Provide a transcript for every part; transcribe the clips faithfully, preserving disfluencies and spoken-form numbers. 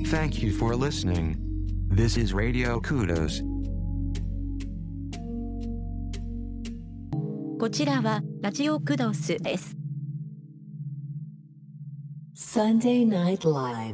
Thank you for listening. This is Radio Kudos. こちらはラジオクドスです。 Sunday Night Live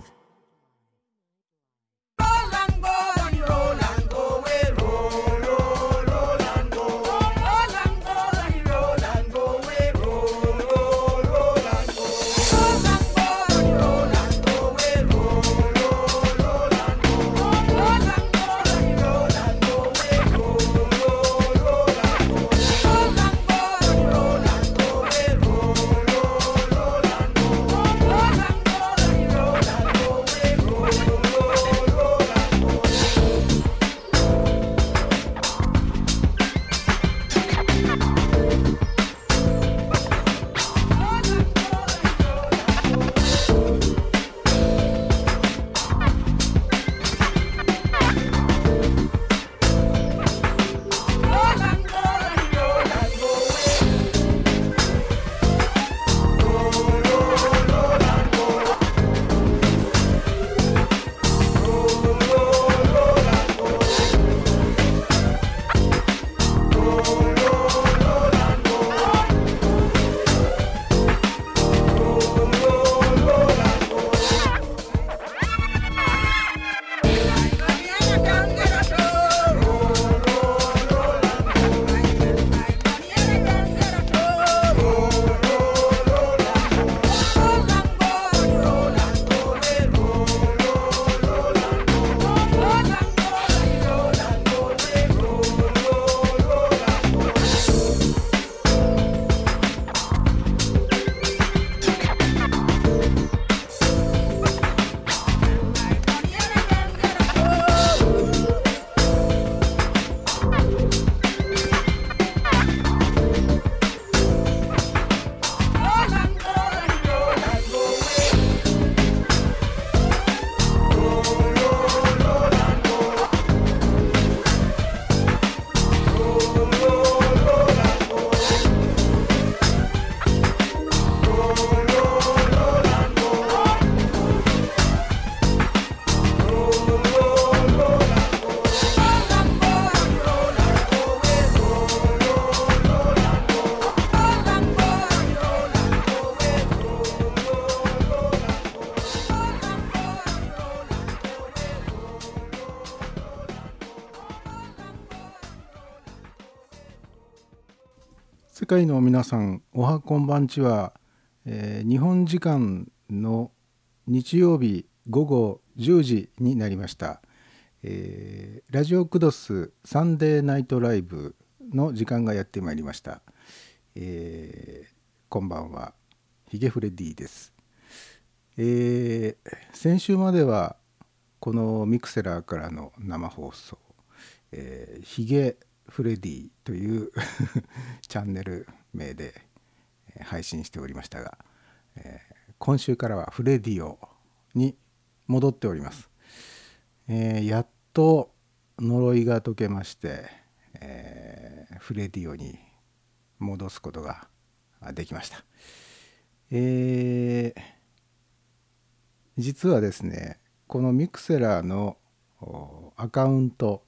世界の皆さん、おはこんばんちは、えー、日本時間の日曜日午後じゅうじになりました、えー、ラジオクドスサンデーナイトライブの時間がやってまいりました、えー、こんばんは、ヒゲフレディです、えー、先週まではこのミクセラーからの生放送、えー、ヒゲフレディというチャンネル名で配信しておりましたが、えー、今週からはフレディオに戻っております、えー、やっと呪いが解けまして、えー、フレディオに戻すことができました、えー、実はですね、このミクセラーのアカウント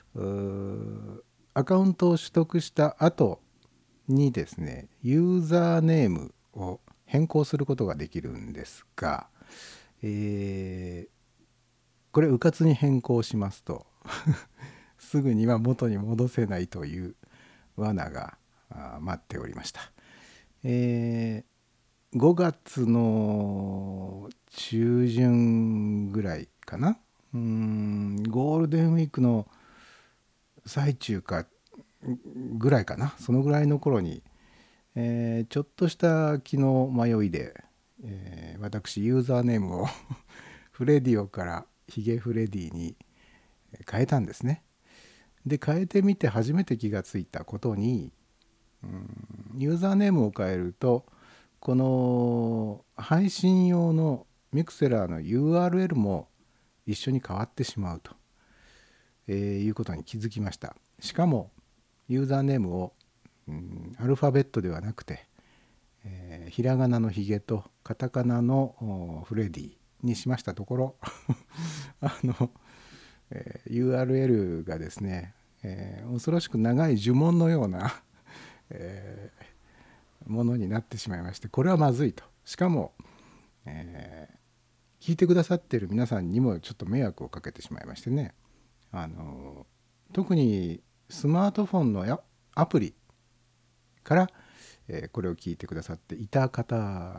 アカウントを取得した後にですね、ユーザーネームを変更することができるんですが、えー、これうかつに変更しますとすぐには元に戻せないという罠が待っておりました、えー、ごがつの中旬ぐらいかな、うーんゴールデンウィークの最中かぐらいかな、そのぐらいの頃に、えー、ちょっとした気の迷いで、えー、私ユーザーネームをフレディオからヒゲフレディに変えたんですね。で変えてみて初めて気がついたことに、うん、ユーザーネームを変えるとこの配信用のミクセラーの ユーアールエル も一緒に変わってしまうと、えー、いうことに気づきました。しかもユーザーネームを、うん、アルファベットではなくて、えー、ひらがなのひげとカタカナのフレディにしましたところあの、えー ユーアールエル がですね、えー恐ろしく長い呪文のような、えーものになってしまいまして、これはまずいと。しかも、えー聞いてくださっている皆さんにもちょっと迷惑をかけてしまいましてね、あの特にスマートフォンのやアプリから、えーこれを聞いてくださっていた方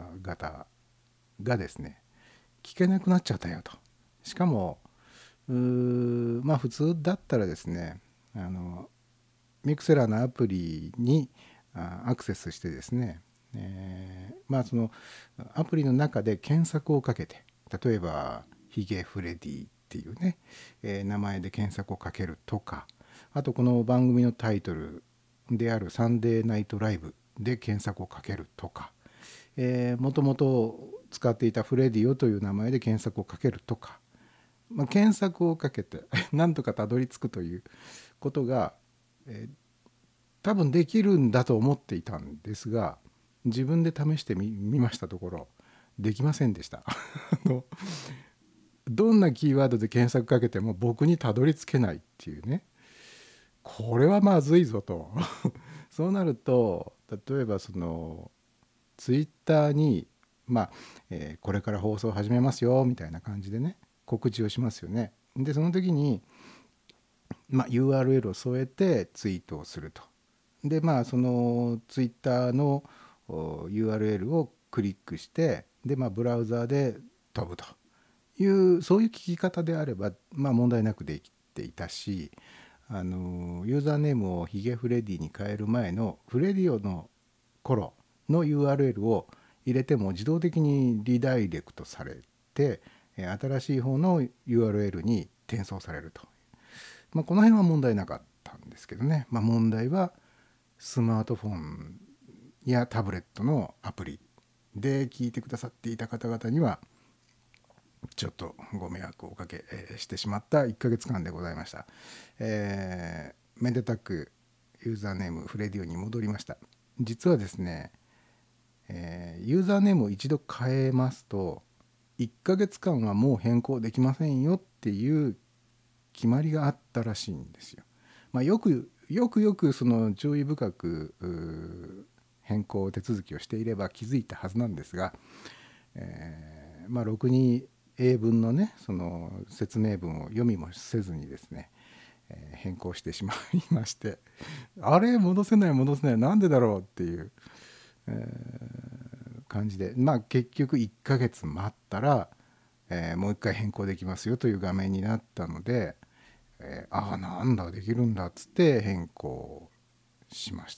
々がですね、聞けなくなっちゃったよと。しかもうーまあ普通だったらですね、あのミクセラーのアプリにあアクセスしてですね、えーまあそのアプリの中で検索をかけて、例えばヒゲフレディっていうね、えー名前で検索をかけるとか、あとこの番組のタイトルであるサンデーナイトライブで検索をかけるとか、もともと使っていたフレディオという名前で検索をかけるとか、まあ、検索をかけてなんとかたどり着くということが、えー多分できるんだと思っていたんですが、自分で試してみ見ましたところできませんでした。あのどんなキーワードで検索かけても僕にたどり着けないっていうね、これはまずいぞと。そうなると、例えばそのツイッターに、まあえーこれから放送始めますよみたいな感じでね、告知をしますよね。でその時に、まあ、ユーアールエル を添えてツイートをすると。でまあそのツイッターのお ユーアールエル をクリックして、でまあブラウザで飛ぶという、そういう聞き方であればまあ問題なくできていたし、あのユーザーネームをヒゲフレディに変える前のフレディオの頃の ユーアールエル を入れても自動的にリダイレクトされて、えー新しい方の ユーアールエル に転送されると。まあ、この辺は問題なかったんですけどね、まあ、問題はスマートフォンやタブレットのアプリで聞いてくださっていた方々にはちょっとご迷惑をおかけえーしてしまったいっかげつかんでございました。えーめでたくユーザーネームフレディオに戻りました。実はですね、えーユーザーネームを一度変えますといっかげつかんはもう変更できませんよっていう決まりがあったらしいんですよ。まあ、よくよくよくその注意深くうー変更手続きをしていれば気づいたはずなんですが、えーまあろくに英文のねその説明文を読みもせずにですね、えー変更してしまいまして、あれ戻せない戻せないなんでだろうっていう、えー感じで、まあ結局いっかげつ待ったら、えーもう一回変更できますよという画面になったので、えーああなんだできるんだっつって変更しました。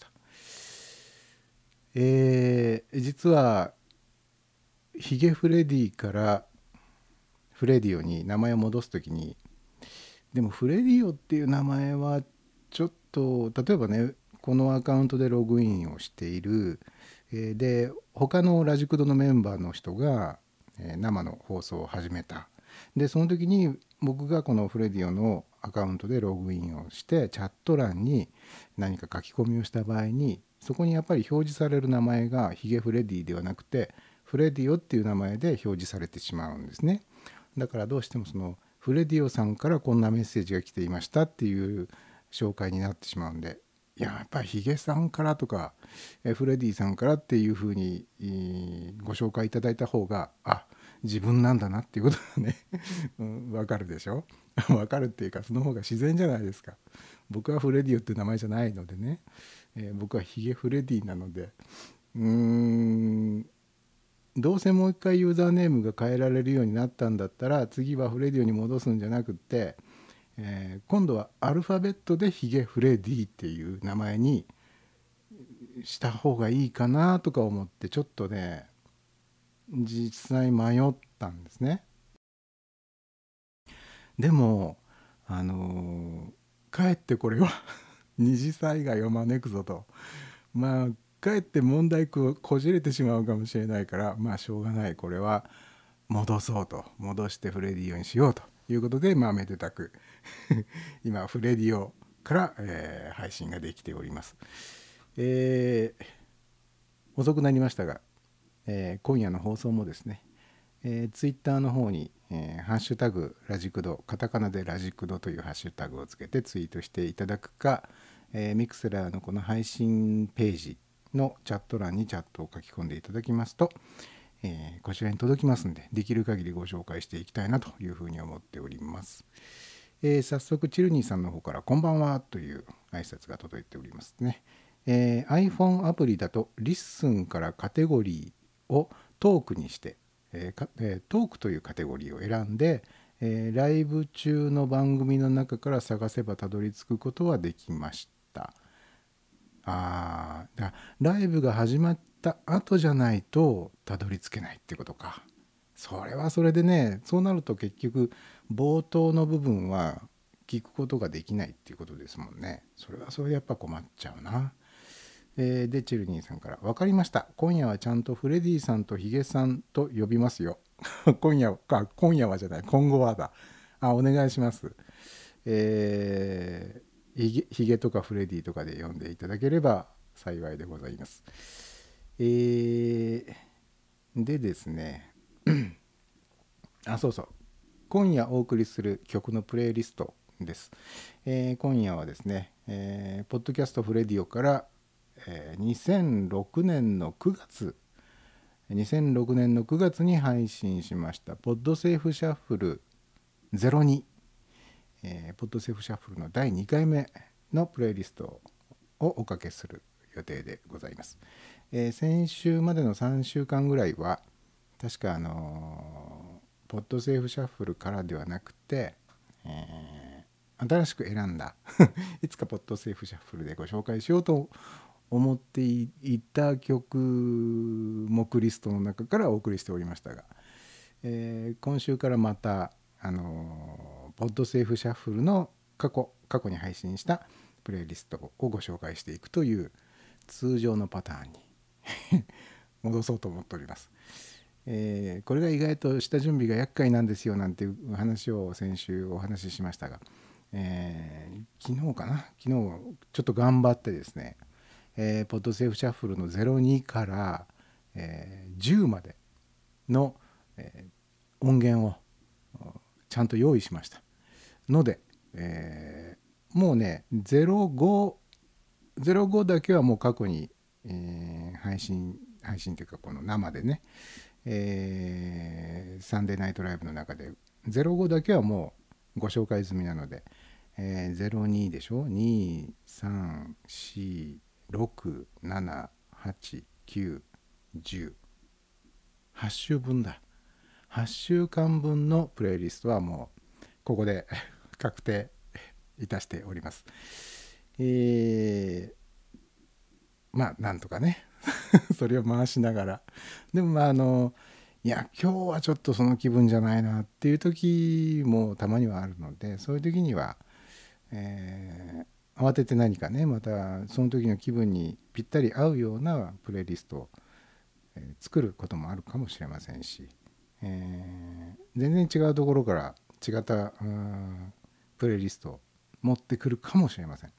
えー実はヒゲフレディからフレディオに名前を戻すときに、でもフレディオっていう名前はちょっと、例えばねこのアカウントでログインをしている、えーで他のラジクドのメンバーの人が、えー生の放送を始めた。でその時に僕がこのフレディオのアカウントでログインをしてチャット欄に何か書き込みをした場合に、そこにやっぱり表示される名前がヒゲフレディではなくてフレディオっていう名前で表示されてしまうんですね。だからどうしてもそのフレディオさんからこんなメッセージが来ていましたっていう紹介になってしまうんで、いややっぱりヒゲさんからとかえフレディさんからっていうふうにえーご紹介いただいた方が、あ自分なんだなっていうことがね、うん、分かるでしょ。分かるっていうかその方が自然じゃないですか。僕はフレディオって名前じゃないのでね、えー僕はヒゲフレディなので、うーんどうせもう一回ユーザーネームが変えられるようになったんだったら次はフレディオに戻すんじゃなくって、えー今度はアルファベットでヒゲフレディっていう名前にした方がいいかなとか思ってちょっとね実際迷ったんですね。でもあのーかえってこれは二次災害を招くぞと、まあかえって問題ここじれてしまうかもしれないから、まあしょうがない、これは戻そうと、戻してフレディオにしようということで、まあめでたく今フレディオから、えー配信ができております。えー遅くなりましたが、えー今夜の放送もですね、 えー、ツイッターの方に、えー、ハッシュタグラジクド、カタカナでラジクドというハッシュタグをつけてツイートしていただくか、えー、ミクセラーのこの配信ページのチャット欄にチャットを書き込んでいただきますと、えー、こちらに届きますんで、できる限りご紹介していきたいなというふうに思っております。えー、早速チルニーさんの方からこんばんはという挨拶が届いておりますね。えー、iPhone アプリだとリッスンからカテゴリーをトークにして、えーえー、トークというカテゴリーを選んで、えー、ライブ中の番組の中から探せばたどり着くことはできました。あーだライブが始まった後じゃないとたどり着けないってことか。それはそれでね、そうなると結局冒頭の部分は聞くことができないっていうことですもんね。それはそれでやっぱ困っちゃうな。えー、でチルニーさんから分かりました。今夜はちゃんとフレディさんとヒゲさんと呼びますよ。今夜か今夜はじゃない今後はだ。あお願いします。えー、ヒゲ、ヒゲとかフレディとかで呼んでいただければ幸いでございます。えー、でですね。あそうそう今夜お送りする曲のプレイリストです。えー、今夜はですね、えー、ポッドキャストフレディオから、えー、にせんろくねんのくがつにせんろくねんのくがつに配信しましたポッドセーフシャッフルゼロに、えー、ポッドセーフシャッフルのだいにかいめのプレイリストをおかけする予定でございます。えー、先週までのさんしゅうかんぐらいは確かあのーポッドセーフシャッフルからではなくて、えー、新しく選んだいつかポッドセーフシャッフルでご紹介しようと思っていた曲目リストの中からお送りしておりましたが、えー、今週からまた、あのー、ポッドセーフシャッフルの過去過去に配信したプレイリストをご紹介していくという通常のパターンに戻そうと思っております。えー、これが意外と下準備が厄介なんですよなんていう話を先週お話ししましたが、えー、昨日かな昨日ちょっと頑張ってですね、えー、ポッドセーフシャッフルのゼロにから、えー、じゅうまでの、えー、音源をちゃんと用意しましたので、えー、もうねゼロごだけはもう過去に、えー、配信配信というかこの生でねえー、サンデーナイトライブの中でゼロごだけはもうご紹介済みなので、えー、ゼロにでしょに、さん、し、ろく、なな、はち、きゅう、じゅうはち週分だはちしゅうかんぶんのプレイリストはもうここで確定いたしております。えー、まあなんとかねそれを回しながらでもまああのいや今日はちょっとその気分じゃないなっていう時もたまにはあるので、そういう時には、えー、慌てて何かねまたその時の気分にぴったり合うようなプレイリストを、えー、作ることもあるかもしれませんし、えー、全然違うところから違ったプレイリストを持ってくるかもしれません。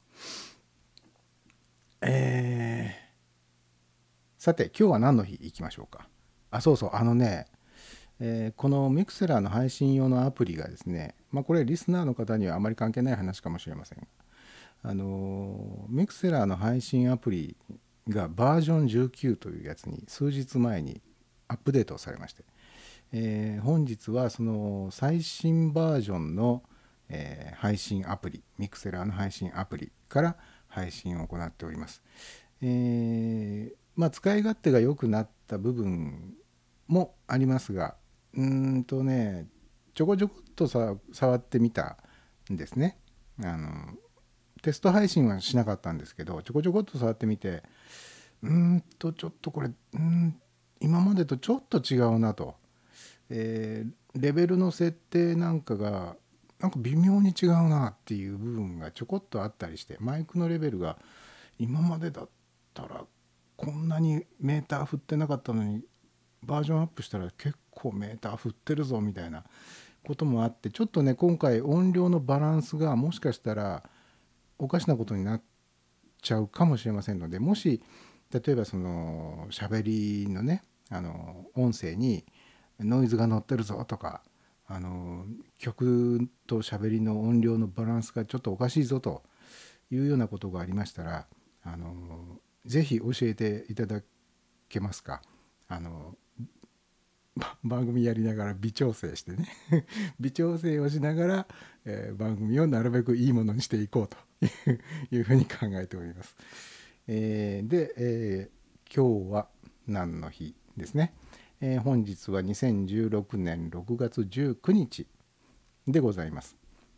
えーさて今日は何の日いきましょうか。あそうそうあのね、えー、このミクセラーの配信用のアプリがですね、まあこれリスナーの方にはあまり関係ない話かもしれませんが、あのミクセラーの配信アプリがバージョンじゅうきゅうというやつに数日前にアップデートされまして、えー、本日はその最新バージョンの、えー、配信アプリミクセラーの配信アプリから配信を行っております。えーまあ、使い勝手が良くなった部分もありますが、うーんとねちょこちょこっとさ触ってみたんですね。あのテスト配信はしなかったんですけどちょこちょこっと触ってみてうーんとちょっとこれうーん今までとちょっと違うなと、えー、レベルの設定なんかがなんか微妙に違うなっていう部分がちょこっとあったりして、マイクのレベルが今までだったらこんなにメーター振ってなかったのにバージョンアップしたら結構メーター振ってるぞみたいなこともあって、ちょっとね今回音量のバランスがもしかしたらおかしなことになっちゃうかもしれませんので、もし例えばその喋りのねあの音声にノイズが乗ってるぞとか、あの曲と喋りの音量のバランスがちょっとおかしいぞというようなことがありましたら、あのぜひ教えていただけますか。あの番組やりながら微調整してね微調整をしながら、えー、番組をなるべくいいものにしていこうといういうふうに考えております。えー、で、えー、今日は何の日ですね。えー、本日はにせんじゅうろくねんろくがつじゅうくにちでございます。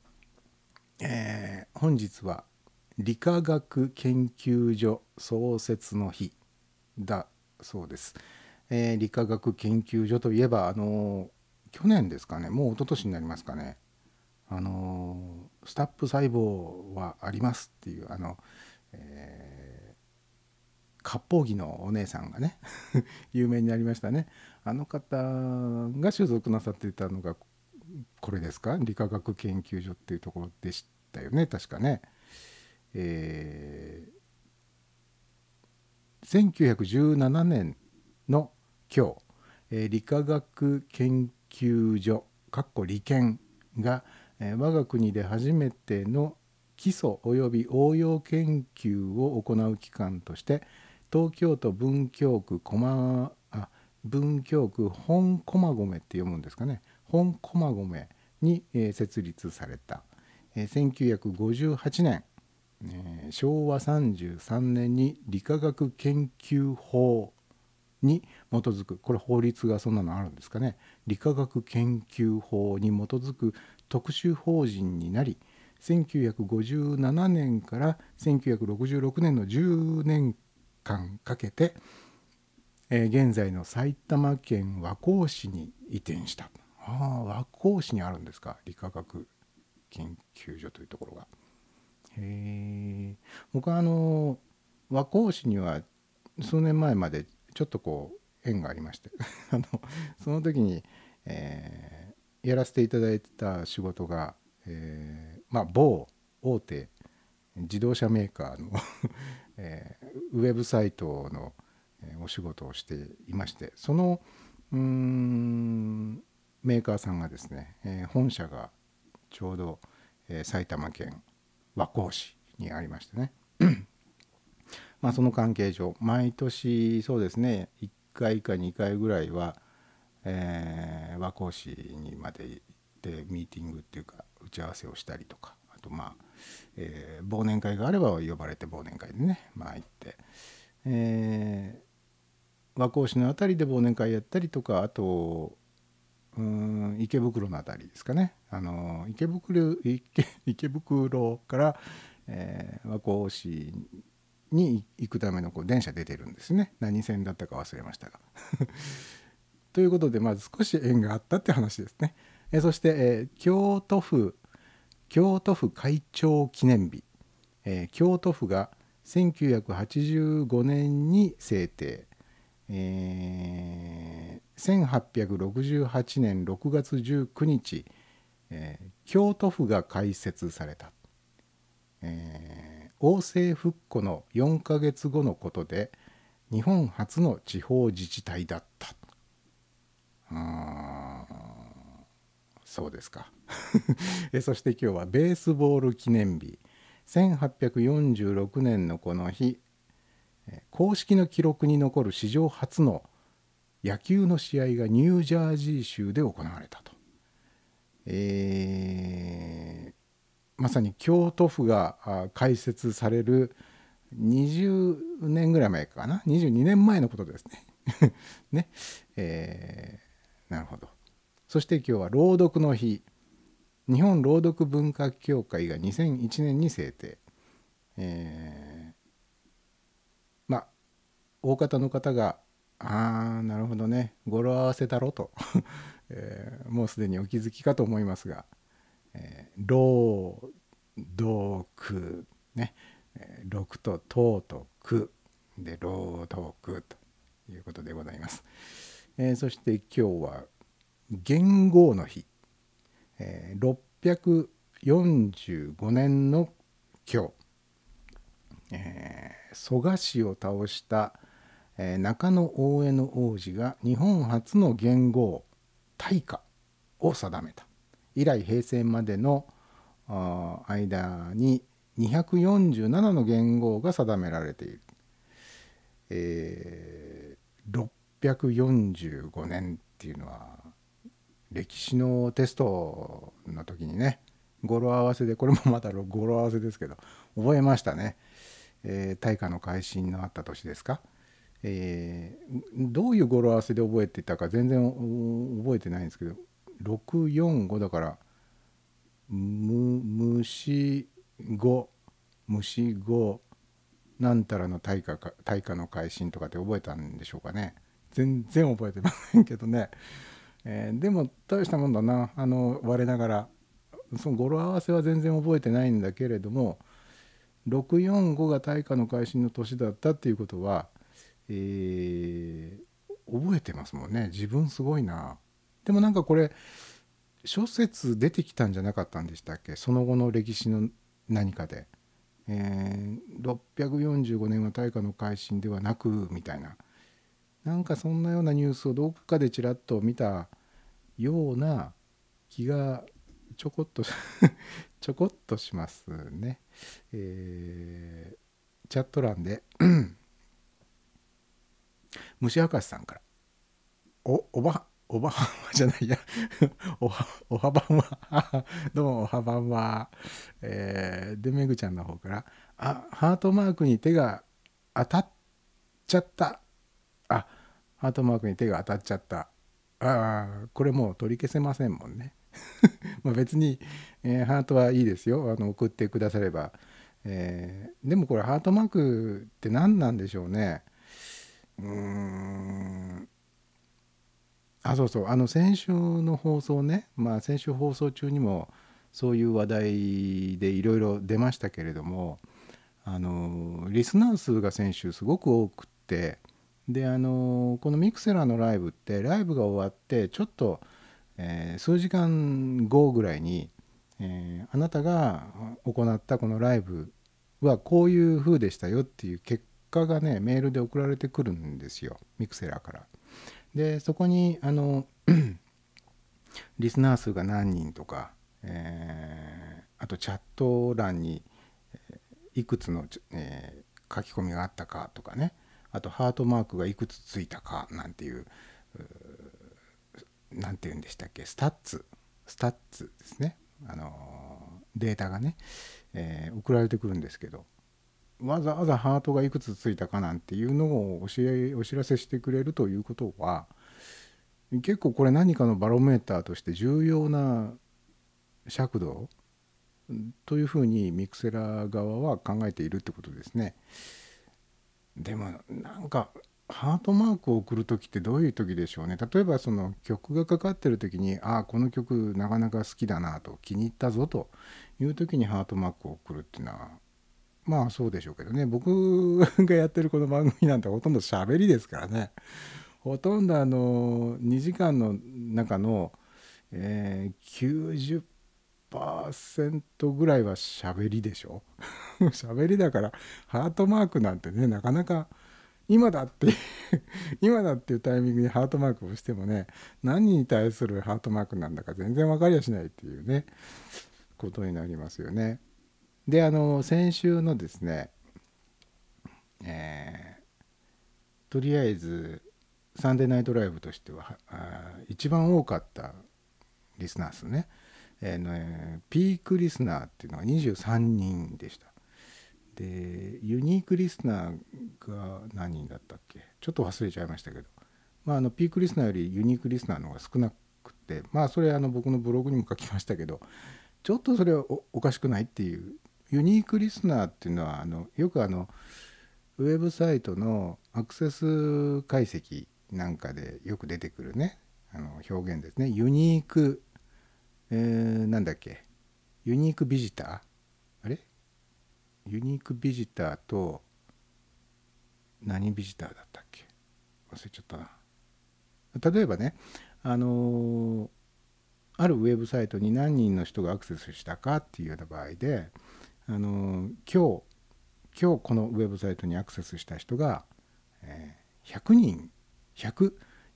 えー、本日は理化学研究所創設の日だそうです。えー、理化学研究所といえば、あのー、去年ですかね、もう一昨年になりますかね、あのー、スタップ細胞はありますっていう、あの、えー、割烹着のお姉さんがね有名になりましたね。あの方が所属なさっていたのがこれですか、理化学研究所っていうところでしたよね、確かね。えー、せんきゅうひゃくじゅうななねんの今日、えー、理化学研究所理研が、えー、我が国で初めての基礎および応用研究を行う機関として東京都文京区駒あ文京区本駒込って読むんですかね、本駒込に、えー、設立された、えー、せんきゅうひゃくごじゅうはちねん、えー、しょうわさんじゅうさんねんに理化学研究法に基づく、これ法律がそんなのあるんですかね、理化学研究法に基づく特殊法人になり、せんきゅうひゃくごじゅうななねんからせんきゅうひゃくろくじゅうろくねんのじゅうねんかんかけて、えー、現在の埼玉県和光市に移転した。ああ、和光市にあるんですか、理化学研究所というところが。へえ。僕はあの和光市には数年前までちょっとこう縁がありましてあのその時に、えー、やらせていただいてた仕事が、えー、まあ某大手自動車メーカーの、えー、ウェブサイトの、えー、お仕事をしていまして、そのうーんメーカーさんがですね、えー、本社がちょうど、えー、埼玉県和光市にありましてねまあその関係上毎年そうですねいっかいかにかいぐらいは、えー、和光市にまで行ってミーティングっていうか打ち合わせをしたりとか、あとまあ、えー、忘年会があれば呼ばれて忘年会でねまあ行って、えー、和光市のあたりで忘年会やったりとか、あとうーん池袋のあたりですかね、あの池袋 池, 池袋から、えー、和光市に行くためのこう電車出てるんですね。何線だったか忘れましたがということでまず少し縁があったって話ですね。えそして、えー、京都府京都府会長記念日、えー、京都府がせんきゅうひゃくはちじゅうごねんに制定、えー、せんはっぴゃくろくじゅうはちねんろくがつじゅうくにち、えー、京都府が開設された。えー王政復古のよんかげつごのことで日本初の地方自治体だった。あそうですかえそして今日はベースボール記念日、せんはっぴゃくよんじゅうろくねんのこの日、公式の記録に残る史上初の野球の試合がニュージャージー州で行われたと。えーまさに京都府が開設されるにじゅうねんぐらい前かな、にじゅうにねんまえのことですねね、えー、なるほど。そして今日は朗読の日、日本朗読文化協会がにせんいちねんに制定、えー、まあ大方の方がああなるほどね語呂合わせだろと、えー、もうすでにお気づきかと思いますが、えー、朗読ね、えー、録ととうとくで朗読ということでございます。えー、そして今日は元号の日、えー、ろっぴゃくよんじゅうごねんの今日、えー、蘇我氏を倒した、えー、中野大江の王子が日本初の元号対価を定めた。以来平成までの間ににひゃくよんじゅうななの元号が定められている。えー、ろっぴゃくよんじゅうごねんっていうのは歴史のテストの時にね、語呂合わせで、これもまた語呂合わせですけど覚えましたね。えー、大化の改新のあった年ですか。えー、どういう語呂合わせで覚えていたか全然覚えてないんですけど、ろくよんごだからむ虫語虫語なんたらの大化か大化の改新とかって覚えたんでしょうかね。全然覚えてませんけどね。えー、でも大したもんだな、あの我ながら。その語呂合わせは全然覚えてないんだけれども、ろくよんごが大化の改新の年だったっていうことは、えー、覚えてますもんね。自分すごいな。でもなんかこれ諸説出てきたんじゃなかったんでしたっけ、その後の歴史の何かで。えー、ろっぴゃくよんじゅうごねんは大化の改新ではなくみたいな、なんかそんなようなニュースをどっかでちらっと見たような気がちょこっとちょこっとしますね。えー、チャット欄で虫博士さんから、おおばおばはんはじゃないやおはおはばんはどうもおはばんは。えー、でめぐちゃんの方から、あハートマークに手が当たっちゃった。あハートマークに手が当たっちゃった。あこれもう取り消せませんもんねまあ別に、えー、ハートはいいですよ、あの送ってくだされば。えー、でもこれハートマークって何なんでしょうね。うーんあそうそうあの先週の放送ね、まあ先週放送中にもそういう話題でいろいろ出ましたけれども、あのリスナー数が先週すごく多くって、であのこのミクセラのライブってライブが終わってちょっと、えー、数時間後ぐらいに、えー、あなたが行ったこのライブはこういう風でしたよっていう結果がねメールで送られてくるんですよ、ミクセラから。でそこにあのリスナー数が何人とか、えー、あとチャット欄にいくつの、えー、書き込みがあったかとかね、あとハートマークがいくつついたかなんていう、うなんていうんでしたっけ、スタッツスタッツですね、あのデータがね、えー、送られてくるんですけど、わざわざハートがいくつついたかなんていうのをお知らお知らせしてくれるということは、結構これ何かのバロメーターとして重要な尺度というふうにミクセラ側は考えているってことですね。でもなんかハートマークを送る時ってどういう時でしょうね。例えばその曲がかかってる時に、ああこの曲なかなか好きだなと、気に入ったぞという時にハートマークを送るっていうのはまあそうでしょうけどね。僕がやってるこの番組なんてほとんど喋りですからね。ほとんどあのにじかんの中の、えー、きゅうじゅっパーセントぐらいは喋りでしょ喋りだからハートマークなんてね、なかなか今だって今だっていうタイミングにハートマークをしてもね、何に対するハートマークなんだか全然分かりやしないっていうねことになりますよね。であの先週のですね、えー、とりあえずサンデーナイトライブとしては一番多かったリスナー数ね、えーね、ピークリスナーっていうのがにじゅうさんにんでした。でユニークリスナーが何人だったっけ、ちょっと忘れちゃいましたけど、まあ、あのピークリスナーよりユニークリスナーの方が少なくて、まあそれあの僕のブログにも書きましたけど、ちょっとそれは お, おかしくないっていう。ユニークリスナーっていうのはあのよくあのウェブサイトのアクセス解析なんかでよく出てくるね、あの表現ですね。ユニーク、えー、なんだっけ、ユニークビジター、あれユニークビジターと何ビジターだったっけ、忘れちゃったな。例えばね、あのー、あるウェブサイトに何人の人がアクセスしたかっていうような場合で、あのー、今日今日このウェブサイトにアクセスした人が、えー、ひゃくにんひゃく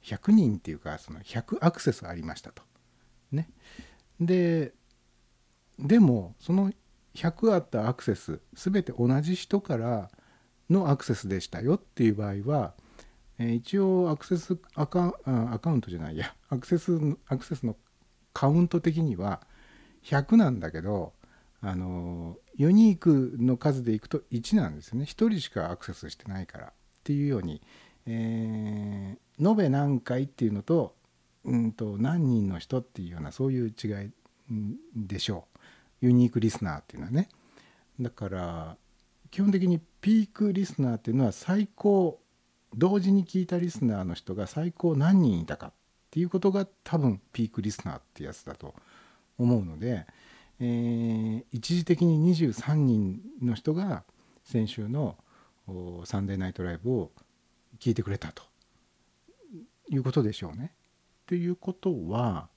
ひゃくにんっていうかそのひゃくアクセスありましたとね。ででもそのひゃくあったアクセス全て同じ人からのアクセスでしたよっていう場合は、えー、一応アクセスアカ、アカウントじゃないやアクセスアクセスのカウント的にはひゃくなんだけど、あのユニークの数でいくといちなんですよね。ひとりしかアクセスしてないからっていうように、えー、延べ何回っていうのと、うんと何人の人っていうようなそういう違いでしょう、ユニークリスナーっていうのはね。だから基本的にピークリスナーっていうのは最高同時に聞いたリスナーの人が最高何人いたかっていうことが多分ピークリスナーってやつだと思うので、えー、一時的ににじゅうさんにんの人が先週のサンデーナイトライブを聞いてくれたということでしょうね。ということは、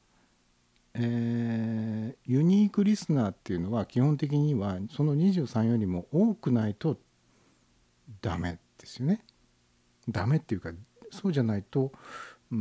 えー、ユニークリスナーっていうのは基本的にはそのにじゅうさんよりも多くないとダメですよね。ダメっていうかそうじゃないと、うん、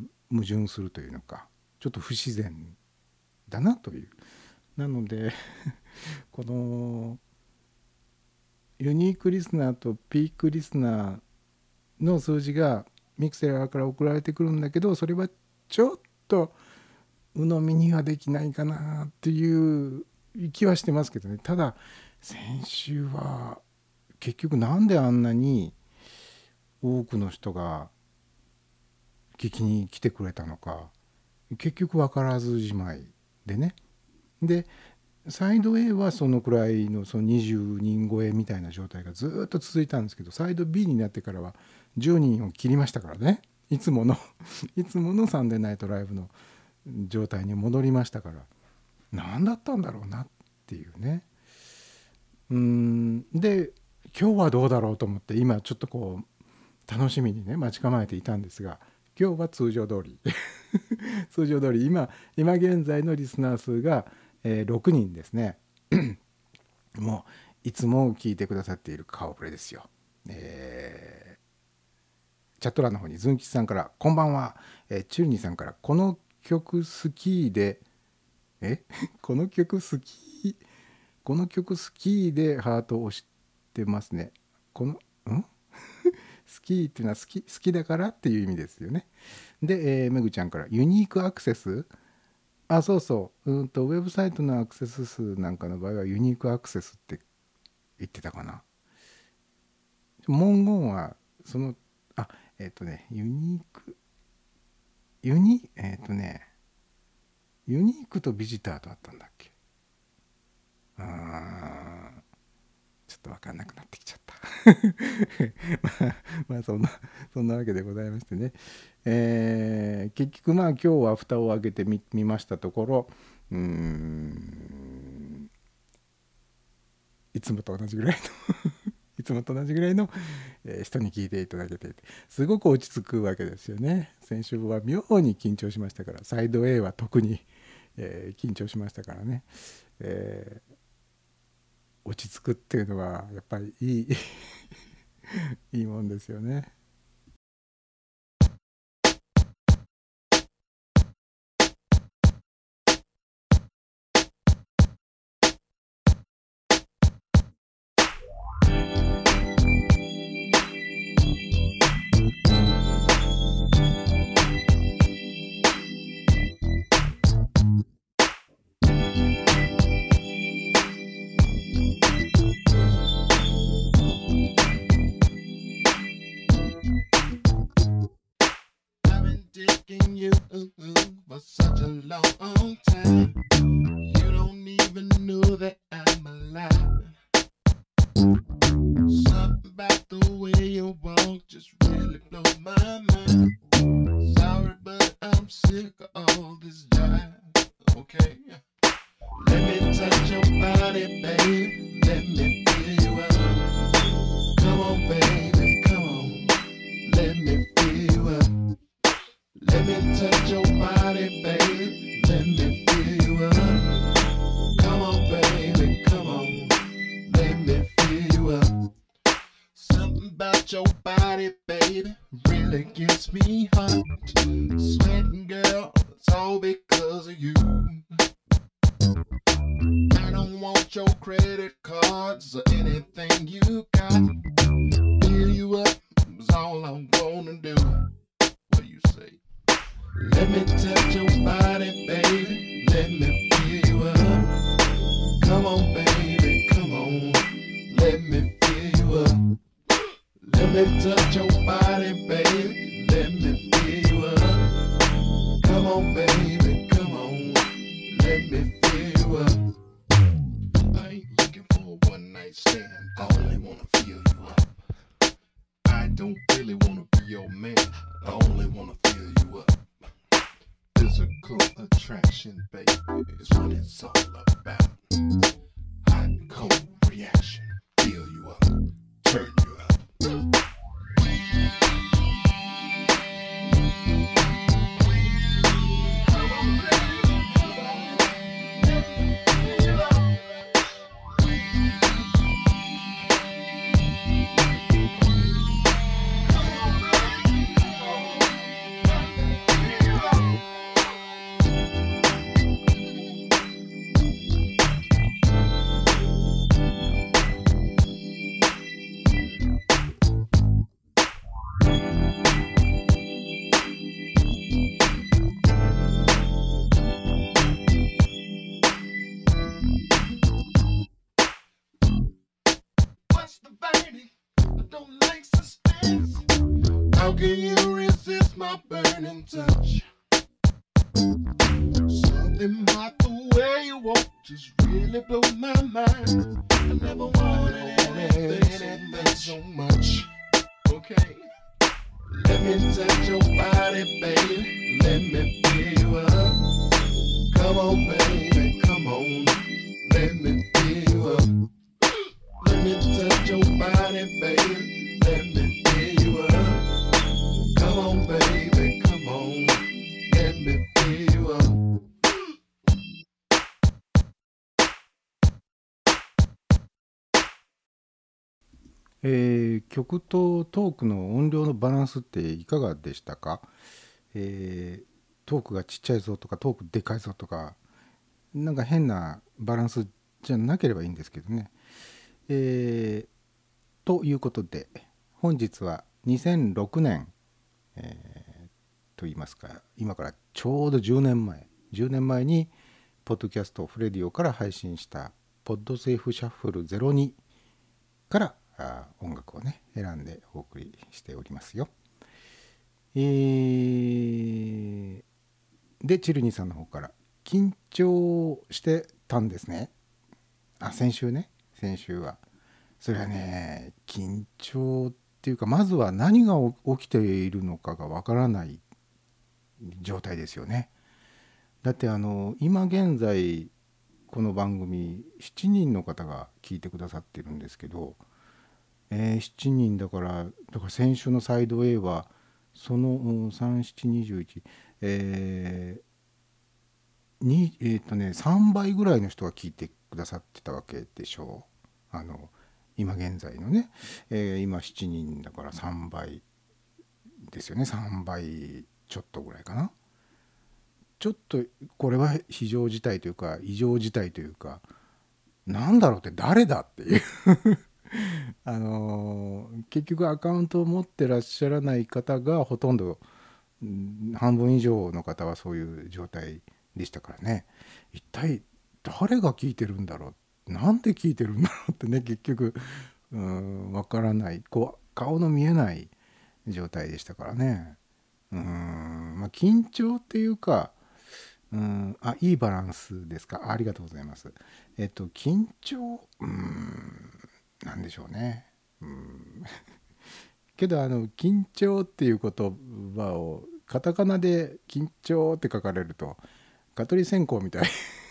矛盾するというのかちょっと不自然だなという。なのでこのユニークリスナーとピークリスナーの数字がミクセラーから送られてくるんだけど、それはちょっと鵜呑みにはできないかなっていう気はしてますけどね。ただ先週は結局なんであんなに多くの人が聞きに来てくれたのか結局分からずじまいでね。でサイド A はそのくらいのそのにじゅうにん超えみたいな状態がずっと続いたんですけど、サイド B になってからはじゅうにんを切りましたからね。いつものいつものサンデーナイトライブの状態に戻りましたから、何だったんだろうなっていうね。うーんで今日はどうだろうと思って今ちょっとこう楽しみにね待ち構えていたんですが、今日は通常通り通常通り今今現在のリスナー数が、えー、ろくにんですねもういつも聞いてくださっている顔ぶれですよ。えー、チャット欄の方にズン吉さんからこんばんは、えー、チュルニさんからこの曲好きでえこの曲好きこの曲好きでハートを押してますね。このん好きっていうのは好き好きだからっていう意味ですよね。で、えー、めぐちゃんからユニークアクセス、あそうそううんとウェブサイトのアクセス数なんかの場合はユニークアクセスって言ってたかな。文言はそのあえっ、ー、とねユニークユニえっ、ー、とねユニークとビジターとあったんだっけ。あーちょっと分かんなくなってきちゃったまあ、まあそんなそんなわけでございましてね、えー、結局まあ今日は蓋を開けて み, 見ましたところ、うーんいつもと同じぐらいのいつもと同じぐらいの人に聞いていただけていてすごく落ち着くわけですよね。先週は妙に緊張しましたから、サイド A は特に、えー、緊張しましたからね、えー落ち着くっていうのはやっぱりいいいいもんですよね。 Digging you for such a long time. You don't even know that I'm alive. Something about the way you walk just really blows my mind. Sorry, but I'm sick of all this jive. Okay, let me touch your body, babe. Let me feel you up. Come on, baby, come on. Let me feel you up. Let me touch your body, baby. Let me feel you up. Come on, baby, come on. Let me feel you up. Something about your body, body, baby, really gets me hot. Sweating, girl, it's all because of you. I don't want your credit cards or anything you got. Fill you up is all I'm gonna do. What do you say? Let me touch your body, baby. Let me fill you up. Come on, baby, come on. Let me fill you up. Let me touch your body, baby. Let me fill you up. Come on, baby, come on. Let me fill you up. I ain't looking for a one night stand. I only wanna fill you up. I don't really wanna be your man. I only wanna fill you up. Physical attraction, baby, is what it's all about. Hot and cold reaction, fill you up, turn you up. What's the verdict? I don't like suspense. How can you resist my burning touch? Something about the way you walk just really blow my mind. I never wanted anything, anything so much. Okay, let me touch your body, baby. Let me fill you up. Come on, baby, come on. Let me fill you up. Let me touch your body, baby. Let me fill you up. Come on, baby, come on. Let me fill you up. えー曲とトークの音量のバランスっていかがでしたか？えートークがちっちゃいぞとかトークでかいぞとかなんか変なバランスじゃなければいいんですけどね。えーということで本日はにせんろくねん、えーと言いますか今からちょうどじゅうねんまえじゅうねんまえにポッドキャストフレディオから配信したポッドセーフシャッフルゼロにからあ音楽をね選んでお送りしておりますよ。えー、でチルニーさんの方から緊張してたんですね。あ先週ね先週はそれはね緊張っていうかまずは何が起きているのかがわからない状態ですよね。だってあの今現在この番組しちにんの方が聞いてくださってるんですけど、えー、しちにんだからだから先週のサイド A はそのさん、なな、にじゅういちえー、にえー、っとねさんばいぐらいの人が聞いてくださってたわけでしょう。あの今現在のね、えー、今しちにんだからさんばいですよね。さんばいちょっとぐらいかな。ちょっとこれは非常事態というか異常事態というかなんだろうって誰だっていうあのー、結局アカウントを持ってらっしゃらない方がほとんど半分以上の方はそういう状態でしたからね。一体誰が聞いてるんだろうなんで聞いてるんだろうってね結局うーん分からないこう顔の見えない状態でしたからね。うーんまあ緊張っていうかうんあいいバランスですか。 あ, ありがとうございます。えっと緊張うーんなんでしょうね。うんけどあの緊張っていう言葉をカタカナで緊張って書かれると蚊取り線香みたい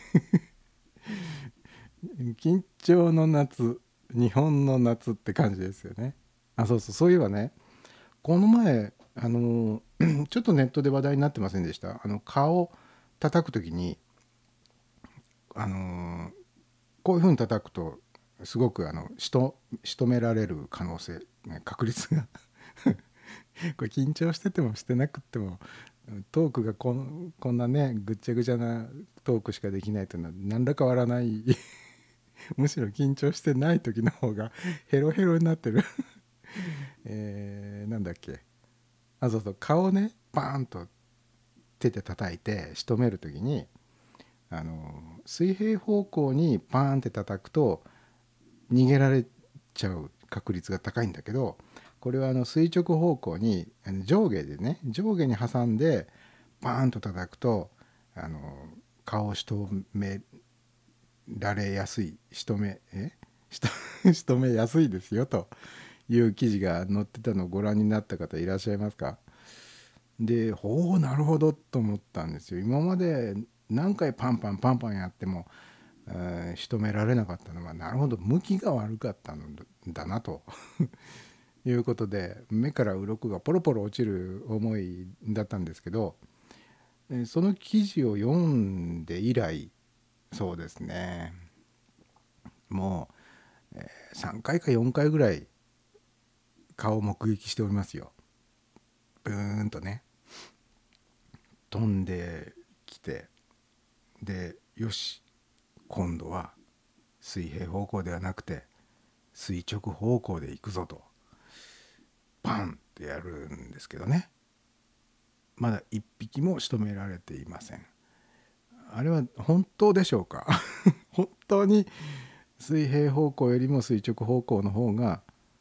緊張の夏日本の夏って感じですよね。あそうそうそういえばねこの前あのちょっとネットで話題になってませんでした？あの顔叩くときにあのこういうふうに叩くとすごくあのしと仕留められる可能性確率がこれ緊張しててもしてなくってもトークがこん、こんなねぐっちゃぐちゃなトークしかできないというのは何ら変わらないむしろ緊張してない時の方がヘロヘロになってるえー、なんだっけあそうそう顔をねバーンと手で叩いて仕留める時にあの水平方向にパーンって叩くと逃げられちゃう確率が高いんだけど、これはあの垂直方向に上下でね上下に挟んでバーンと叩くとあの顔を仕留められやすい仕留めえ仕留めやすいですよという記事が載ってたのをご覧になった方いらっしゃいますか？で、ほうなるほどと思ったんですよ。今まで何回パンパンパンパンやっても、えー仕留められなかったのはなるほど向きが悪かったのだなということで、目から鱗がポロポロ落ちる思いだったんですけど、えーその記事を読んで以来そうですねもう、えーさんかいかよんかいぐらい顔を目撃しておりますよ。ブーンとね飛んできて、でよし今度は水平方向ではなくて垂直方向で行くぞとパンってやるんですけどね、まだ一匹も仕留められていません。あれは本当でしょうか本当に水平方向よりも垂直方向の方が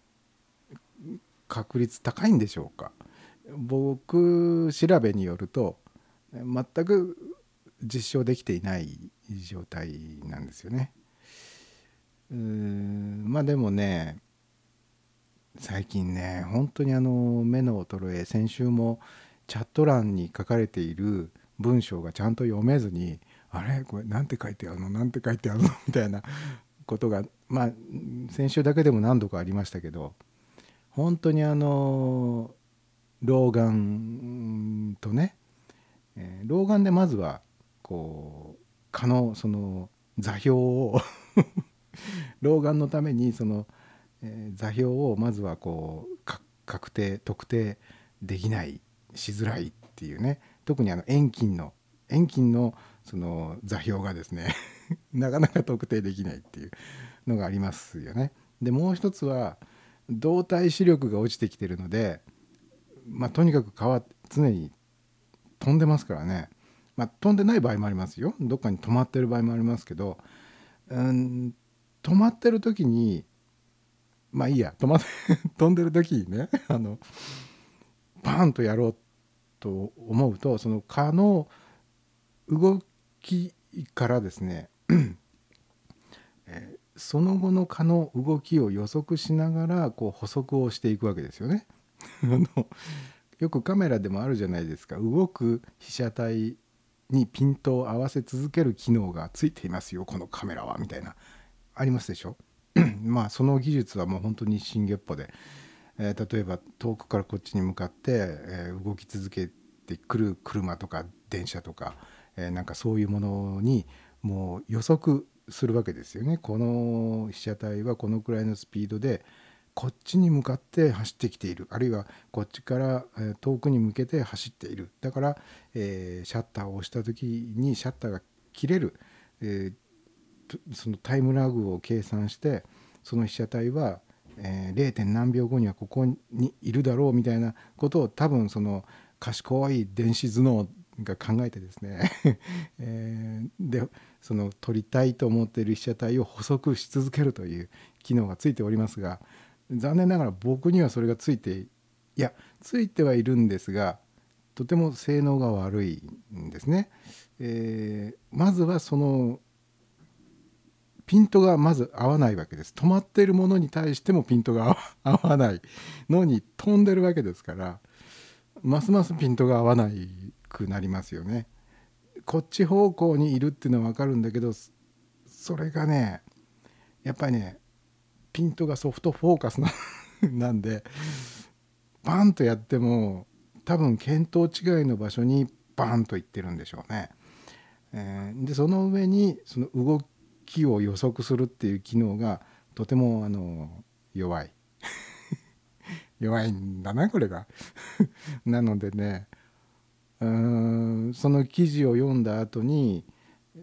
確率高いんでしょうか。僕調べによると全く実証できていない状態なんですよね。うーんまあでもね最近ね本当にあの目の衰え、先週もチャット欄に書かれている文章がちゃんと読めずに、あれこれなんて書いてあるのなんて書いてあるのみたいなことがまあ先週だけでも何度かありましたけど、本当にあの老眼とね、えー老眼でまずはこう蚊のその座標を老眼のためにその、えー座標をまずはこうか確定特定できないしづらいっていうね、特にあの遠近の遠近のその座標がですねなかなか特定できないっていうのがありますよね。でもう一つは動体視力が落ちてきてるので、まあ、とにかく蚊は常に飛んでますからね、まあ、飛んでない場合もありますよ、どっかに止まってる場合もありますけど、うん止まってる時にまあいいや止まって飛んでる時にねあのパーンとやろうと思うと、その蚊の動きからですね、えーその後の蚊の動きを予測しながらこう補足をしていくわけですよねあのよくカメラでもあるじゃないですか、動く被写体にピントを合わせ続ける機能がついていますよこのカメラはみたいなありますでしょまあその技術はもう本当に日進月歩で、えー例えば遠くからこっちに向かって、えー動き続けてくる車とか電車とか、えーなんかそういうものにもう予測するわけですよね。この被写体はこのくらいのスピードでこっちに向かって走ってきている、あるいはこっちからえー遠くに向けて走っている、だから、えーシャッターを押した時にシャッターが切れる、えーとそのタイムラグを計算してその被写体は、えー 0. 何秒後にはここにいるだろうみたいなことを多分その賢い電子頭脳が考えてですね、えーでその撮りたいと思っている被写体を補足し続けるという機能がついておりますが、残念ながら僕にはそれがついていやついてはいるんですが、とても性能が悪いんですね。えーまずはそのピントがまず合わないわけです。止まっているものに対してもピントが合わないのに飛んでるわけですから、ますますピントが合わないくなりますよね。こっち方向にいるっていうのは分かるんだけど、それがねやっぱりねピントがソフトフォーカスななんでバンとやっても多分見当違いの場所にバンといってるんでしょうね。えーでその上にその動きを予測するっていう機能がとてもあの弱い弱いんだなこれがなのでね、うーんその記事を読んだ後に、うん、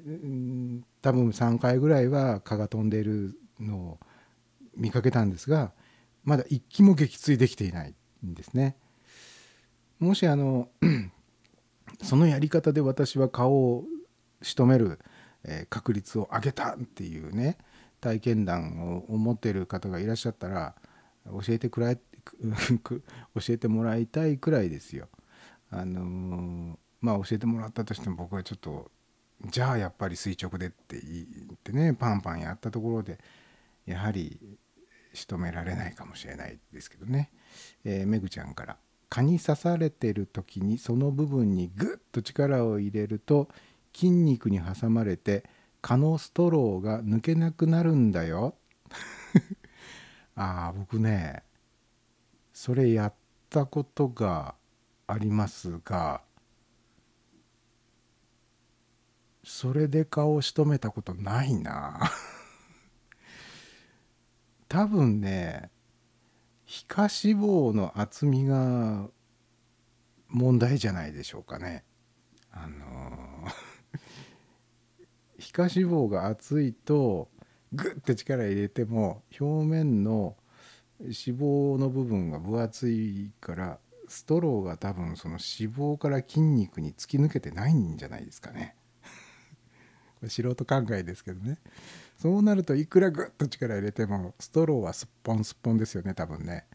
多分さんかいぐらいは蚊が飛んでいるのを見かけたんですが、まだ一機も撃墜できていないんですね。もしあのそのやり方で私は蚊を仕留める、えー確率を上げたっていうね体験談を持っている方がいらっしゃったら教えてくらい教えてもらいたいくらいですよ。あのーまあ教えてもらったとしても僕はちょっとじゃあやっぱり垂直でって言ってねパンパンやったところでやはり仕留められないかもしれないですけどね。えー、めぐちゃんから蚊に刺されてる時にその部分にグッと力を入れると筋肉に挟まれて蚊のストローが抜けなくなるんだよああ僕ねそれやったことがありますがそれで蚊を仕留めたことないな多分ね皮下脂肪の厚みが問題じゃないでしょうかね。あのー皮下脂肪が厚いとグッて力入れても表面の脂肪の部分が分厚いからストローが多分その脂肪から筋肉に突き抜けてないんじゃないですかねこれ素人考えですけどね。そうなるといくらグッと力入れてもストローはすっぽんすっぽんですよね多分ね。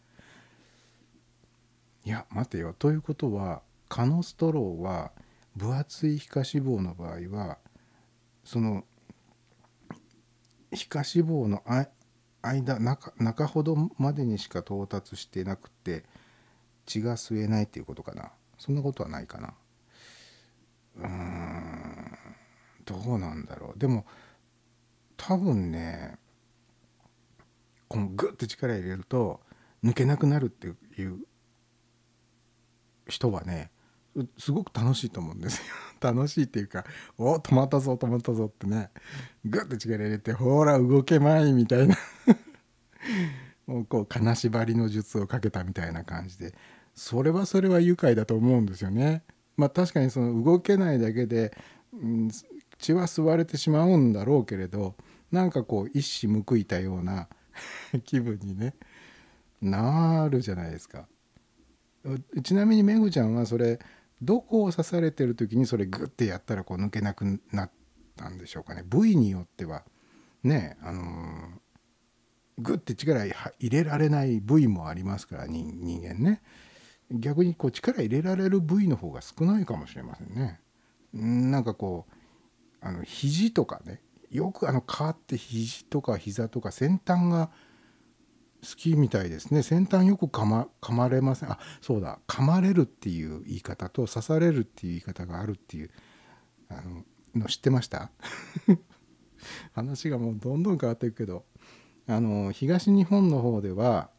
いや待てよということは蚊のストローは分厚い皮下脂肪の場合はその皮下脂肪の間 中, 中ほどまでにしか到達してなくて血が吸えないっていうことかな。そんなことはないかな。うーんどうなんだろう。でも多分ねこのグッて力入れると抜けなくなるっていう人はねすごく楽しいと思うんですよ楽しいっていうかお止まったぞ止まったぞってねグッて力入れてほら動けまいみたいなもうこう金縛りの術をかけたみたいな感じでそれはそれは愉快だと思うんですよね。まあ確かにその動けないだけで、うん、血は吸われてしまうんだろうけれどなんかこう一矢報いたような気分にねなるじゃないですか。ちなみにめぐちゃんはそれどこを刺されてる時にそれグッてやったらこう抜けなくなったんでしょうかね。部位によってはねあのー、グッて力入れられない部位もありますから人間ね。逆にこう力入れられる部位の方が少ないかもしれませんね。なんかこうあの肘とかねよくあの蚊って肘とか膝とか先端が好きみたいですね。先端よく噛ま、噛まれません。あ、そうだ。噛まれるっていう言い方と刺されるっていう言い方があるっていうあのの知ってました話がもうどんどん変わっていくけどあの東日本の方では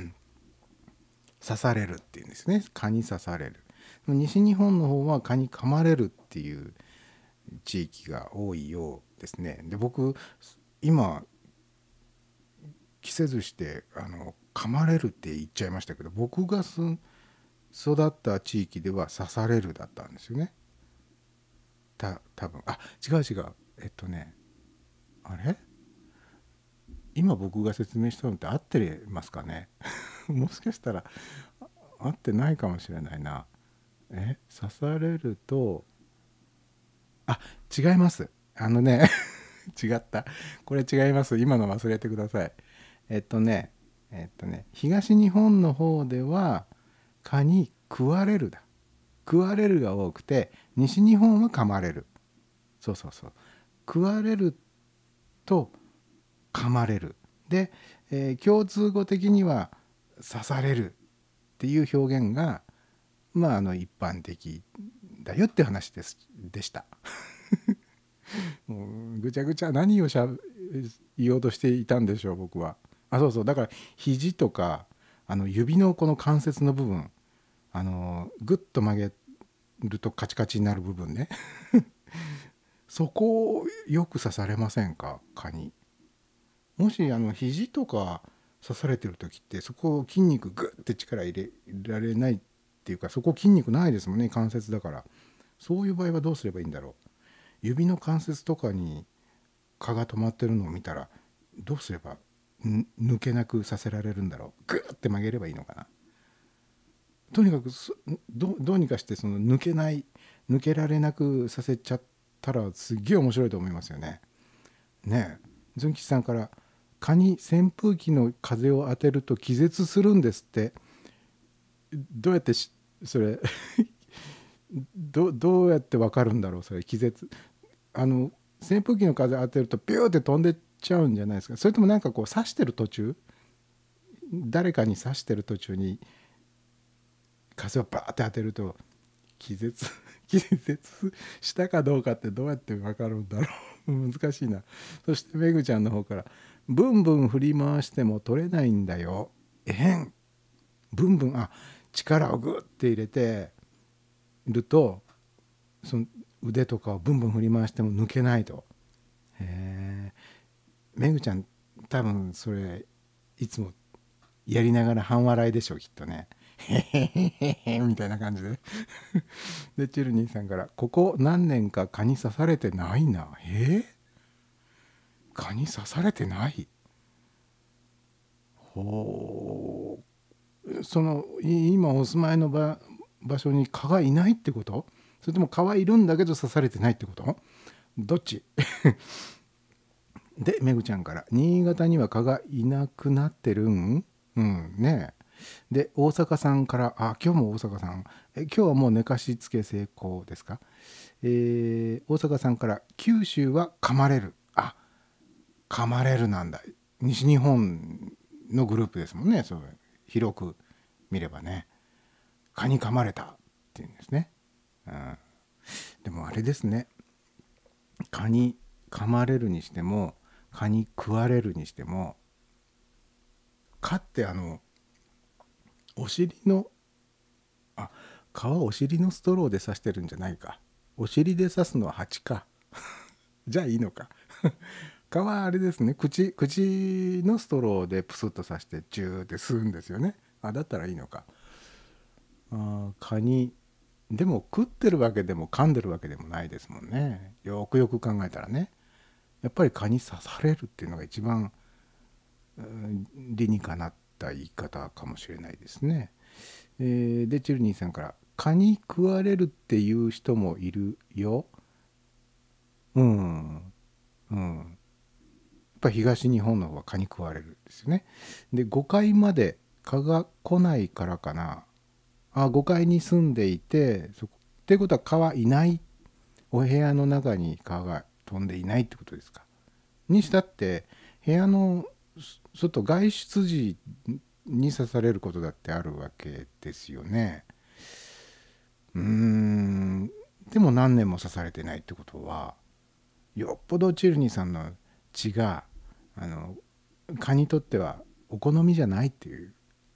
刺されるっていうんですね。蚊に刺される。西日本の方は蚊に噛まれるっていう地域が多いようですね。で僕今着せずしてあの噛まれるって言っちゃいましたけど僕がす育った地域では刺されるだったんですよね。た多分あ違う違うえっとねあれ今僕が説明したのって合ってますかねもしかしたら合ってないかもしれないな。え刺されるとあ違いますあのね違ったこれ違います今の忘れてください。えっとねえっとね東日本の方では蚊に食われるだ食われるが多くて西日本は噛まれる。そうそうそう食われると噛まれるで、えー、共通語的には刺されるっていう表現がまああの一般的だよって話ですでしたもうぐちゃぐちゃ何をしゃ言おうとしていたんでしょう僕は。あそうそうだから肘とかあの指のこの関節の部分あのグッと曲げるとカチカチになる部分ねそこをよく刺されませんか蚊に。もしあの肘とか刺されてる時ってそこを筋肉グッて力入れられないっていうか、そこ筋肉ないですもんね、関節だから。そういう場合はどうすればいいんだろう。指の関節とかに蚊が止まってるのを見たらどうすれば抜けなくさせられるんだろう。グッて曲げればいいのかな。とにかく ど, どうにかしてその抜けない抜けられなくさせちゃったらすっげえ面白いと思いますよね。ねえ、ズン吉さんから蚊に扇風機の風を当てると気絶するんですって。どうやってしそれど, どうやって分かるんだろうそれ。気絶あの扇風機の風当てるとピューって飛んでっちゃうんじゃないですか。それともなんかこう刺してる途中、誰かに刺してる途中に風をバーって当てると気絶気絶したかどうかってどうやって分かるんだろう難しいな。そしてめぐちゃんの方からブンブン振り回しても取れないんだよ。えへん。ブンブンあ力をグッて入れてるとその腕とかをブンブン振り回しても抜けないと。へえ。めぐちゃん多分それいつもやりながら半笑いでしょうきっとね。へへへへみたいな感じででチルニーさんからここ何年か蚊に刺されてないな。えー、蚊に刺されてない。ほう。その今お住まいの 場, 場所に蚊がいないってこと？それとも蚊はいるんだけど刺されてないってこと？どっちでめぐちゃんから新潟には蚊がいなくなってるん？うんねえ。で大阪さんからあ今日も大阪さんえ今日はもう寝かしつけ成功ですか。えー、大阪さんから九州は噛まれる。あ噛まれるなんだ。西日本のグループですもんね。そう広く見ればね。蚊に噛まれたっていうんですね。うん、でもあれですね。蚊に噛まれるにしても蚊に食われるにしても蚊ってあのお尻のあ蚊はお尻のストローで刺してるんじゃないか。お尻で刺すのは蜂かじゃあいいのか蚊はあれですね、口口のストローでプスッと刺してジューって吸うんですよね。あだったらいいのか。あ蚊にでも食ってるわけでも噛んでるわけでもないですもんね。よくよく考えたらね、やっぱり蚊に刺されるっていうのが一番、うん、理にかなった言い方かもしれないですね。えー、でチルニーさんから蚊に食われるっていう人もいるよ。うんうんやっぱ東日本の方は蚊に食われるんですよね。でごかいまで蚊が来ないからかな。あごかいに住んでいてそっていうことは蚊はいない。お部屋の中に蚊が飛んでいないってことですか。にしたって部屋の外外出時に刺されることだってあるわけですよね。うーんでも何年も刺されてないってことはよっぽどチルニーさんの血があの蚊にとってはお好みじゃないっていう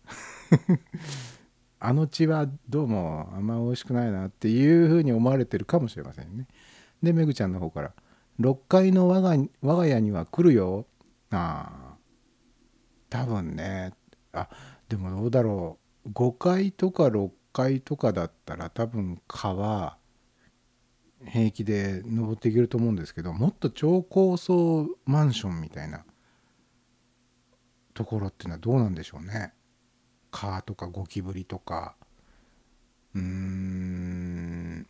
あの血はどうもあんま美味しくないなっていうふうに思われてるかもしれませんね。でめぐちゃんの方からろっかいの我が我が家には来るよ。あ多分ね。あでもどうだろう、ごかいとかろっかいとかだったら多分蚊は平気で登っていけると思うんですけど、もっと超高層マンションみたいなところっていうのはどうなんでしょうね。蚊とかゴキブリとかうーん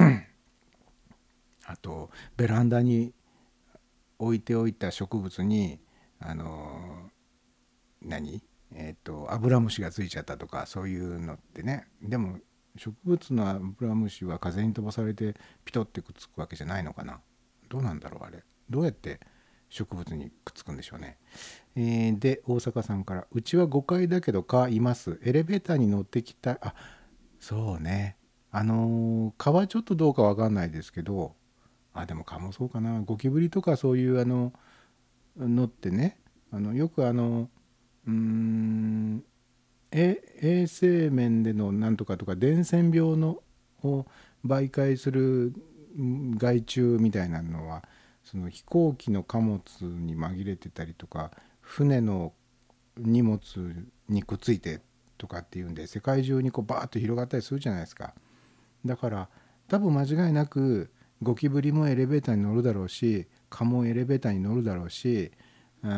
あとベランダに置いておいた植物にあの何えっとアブラムシがついちゃったとかそういうのってね。でも植物のアブラムシは風に飛ばされてピトってくっつくわけじゃないのかな。どうなんだろうあれ。どうやって植物にくっつくんでしょうね。えー、で大阪さんからうちはごかいだけど蚊います。エレベーターに乗ってきた。あそうね。あのー、蚊はちょっとどうかわかんないですけどあでも蚊もそうかな。ゴキブリとかそういうあののってねあのよくあのうーんえ衛生面でのなんとかとか伝染病のを媒介する害虫みたいなのはその飛行機の貨物に紛れてたりとか船の荷物にくっついてとかっていうんで世界中にこうバーッと広がったりするじゃないですか。だから多分間違いなくゴキブリもエレベーターに乗るだろうし、蚊もエレベーターに乗るだろうし、うん、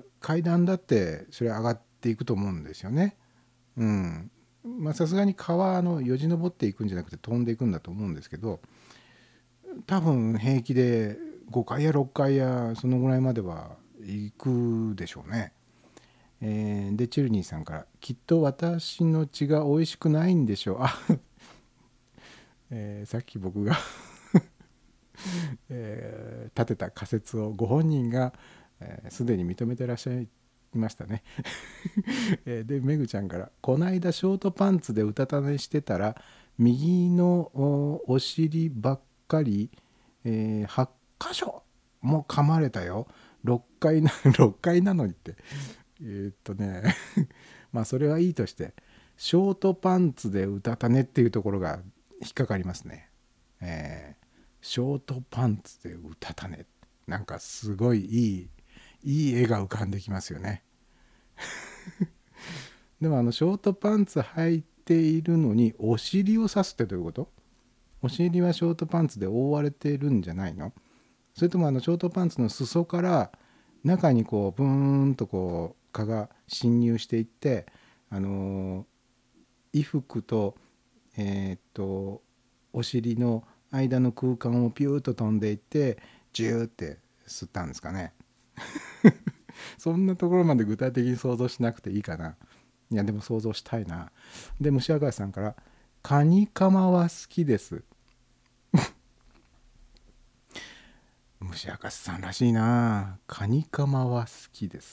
階段だってそれ上がっていくと思うんですよね。うん、まあさすがに蚊はあのよじ登っていくんじゃなくて飛んでいくんだと思うんですけど、多分平気でごかいやろっかいやそのぐらいまでは行くでしょうね。えー、でチルニーさんから「きっと私の血が美味しくないんでしょう」あ、えー、さっき僕が、えー、立てた仮説をご本人がすで、えー、に認めてらっしゃいましたね。でめぐちゃんから「こないだショートパンツでうたた寝してたら右の お, お尻ばっかり、えー、はち箇所も噛まれたよ。ろっかいなろっかいなのに」ってえー、っとねまあそれはいいとして、ショートパンツでうたた寝っていうところが引っかかりますね。えー、ショートパンツでうたた寝、なんかすごいいいいい絵が浮かんできますよね。でもあのショートパンツ履いているのにお尻を指すってどういうこと？お尻はショートパンツで覆われてるんじゃないの？それともあのショートパンツの裾から中にこうブーンとこう蚊が侵入していって、あのー、衣服とえー、っとお尻の間の空間をピューッと飛んでいってジューって吸ったんですかね。そんなところまで具体的に想像しなくていいかな。いやでも想像したいな。で虫明石さんから「カニカマは好きです」。虫明石さんらしいな。カニカマは好きです。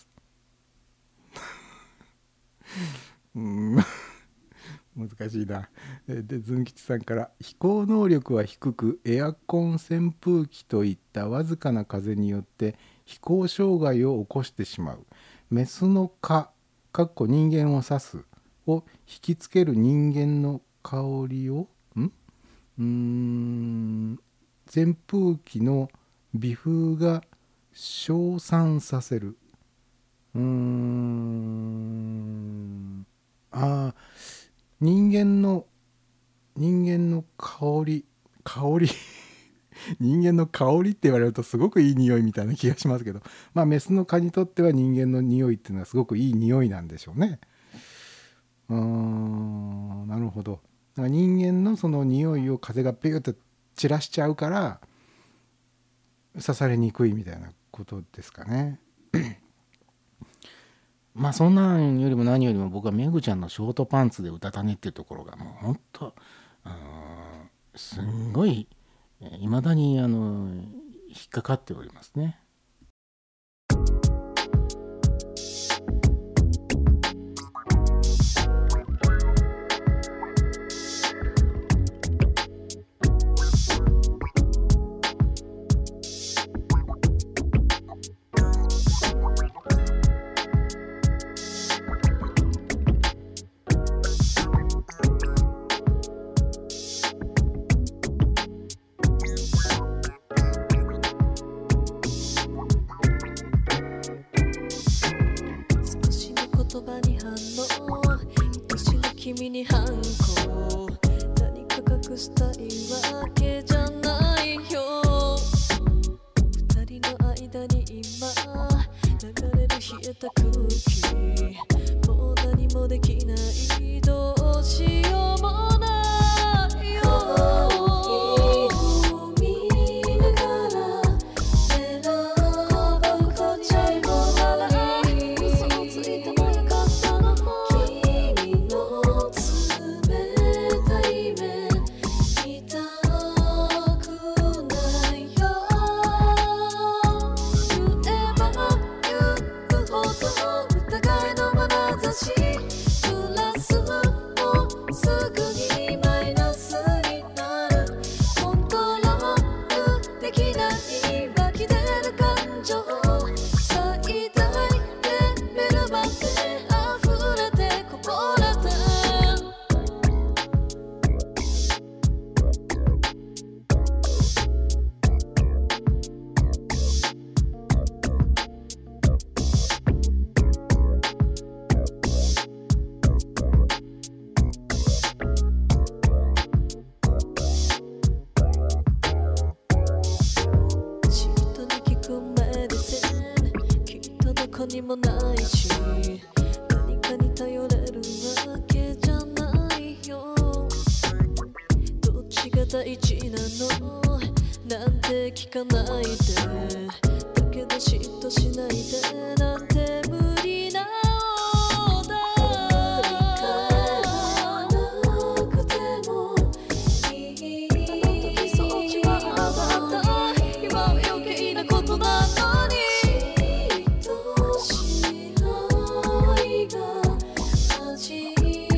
うん難しいな。でずん吉さんから「飛行能力は低くエアコン扇風機といったわずかな風によって飛行障害を起こしてしまう。メスの蚊かっこ人間を指すを引きつける人間の香りをんうーん扇風機の微風が消散させる。うーんああ人間の人間の香り香り人間の香りって言われるとすごくいい匂いみたいな気がしますけど、まあメスの蚊にとっては人間の匂いっていうのはすごくいい匂いなんでしょうね。うーんなるほど。だから人間のその匂いを風がピューッと散らしちゃうから刺されにくいみたいなことですかね。まあそんなんよりも何よりも僕はめぐちゃんのショートパンツでうたた寝っていうところがもうほんとすんごいいまだにあの引っかかっておりますね。 君に反抗何か隠したいわけじゃないよ。二人の間に今流れる冷えた空気、もう何もできない、どうしようもないよ。疑いの眼差しプラスもうすぐにこにもないし何かに頼れるわけじゃないよ。どっちが大事なのなんて聞かないで、だけど嫉妬しないでなんて無理なのだ。なくてもいい。あの時そっちはあったあった。今は余計なことなのに。嫉妬しないが味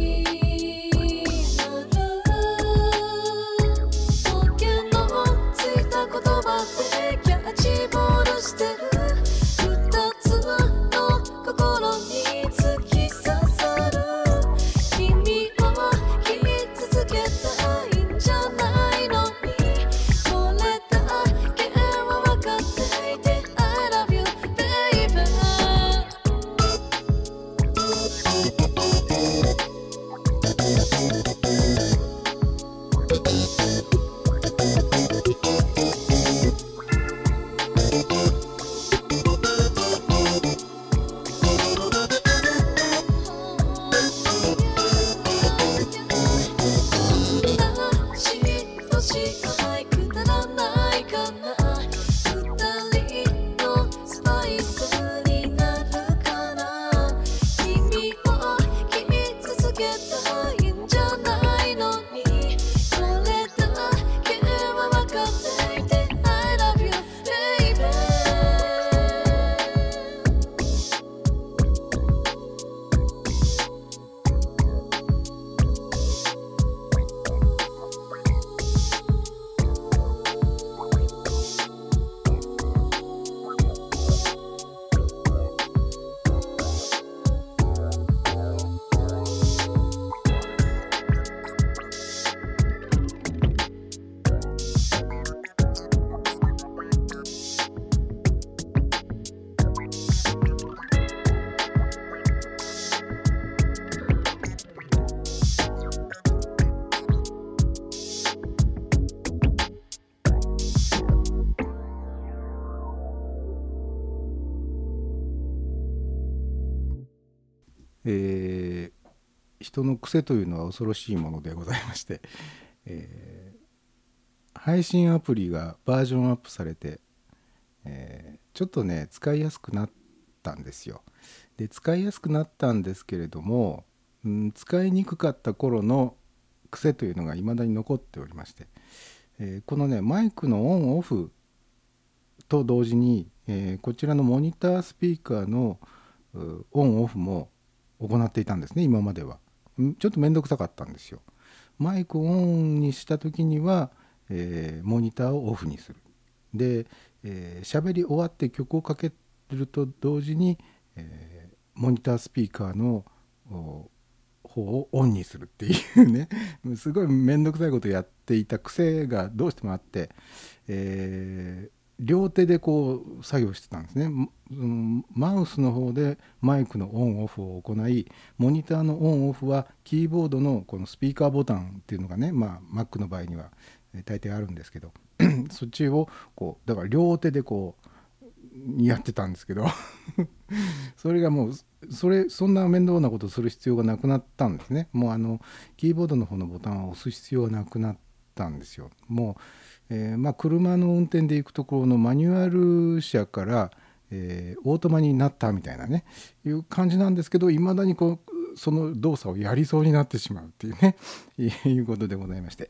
えー、人の癖というのは恐ろしいものでございまして、えー、配信アプリがバージョンアップされて、えー、ちょっとね使いやすくなったんですよ。で使いやすくなったんですけれども、うん、使いにくかった頃の癖というのが未だに残っておりまして、えー、このねマイクのオンオフと同時に、えー、こちらのモニタースピーカーのオンオフも行っていたんですね。今まではちょっとめんどくさかったんですよ。マイクをオンにした時には、えー、モニターをオフにする。で、えー、喋り終わって曲をかけると同時に、えー、モニタースピーカーの方をオンにするっていうねすごいめんどくさいことをやっていた癖がどうしてもあって、えー両手でこう作業してたんですね。マウスの方でマイクのオンオフを行い、モニターのオンオフはキーボードのこのスピーカーボタンっていうのがね、まあ Mac の場合には大抵あるんですけどそっちをこうだから両手でこうやってたんですけどそれがもうそれそんな面倒なことをする必要がなくなったんですね。もうあのキーボードの方のボタンを押す必要がなくなったんですよ。もうえーまあ、車の運転で行くところのマニュアル車から、えー、オートマになったみたいなねいう感じなんですけど、いまだにこうその動作をやりそうになってしまうっていうねいうことでございまして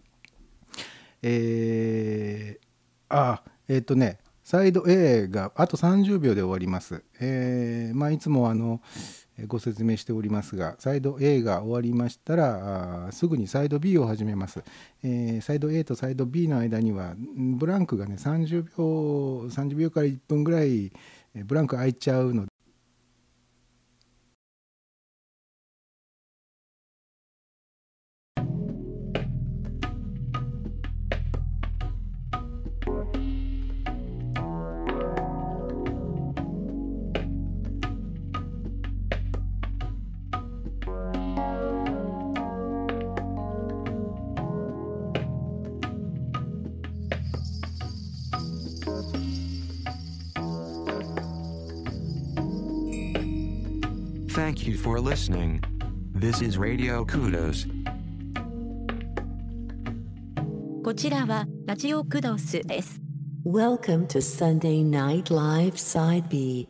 えー、あえっ、ー、とねサイド A があとさんじゅうびょうで終わります。えーまあ、いつもあのご説明しておりますが、サイド A が終わりましたらすぐにサイド B を始めます。えー、サイド A とサイド B の間にはブランクがねさんじゅうびょうさんじゅうびょうからいっぷんぐらいブランク空いちゃうので、 Thank you for listening. This is Radio Kudos. こちらはラジオクドスです。 Welcome to Sunday Night Live Side B.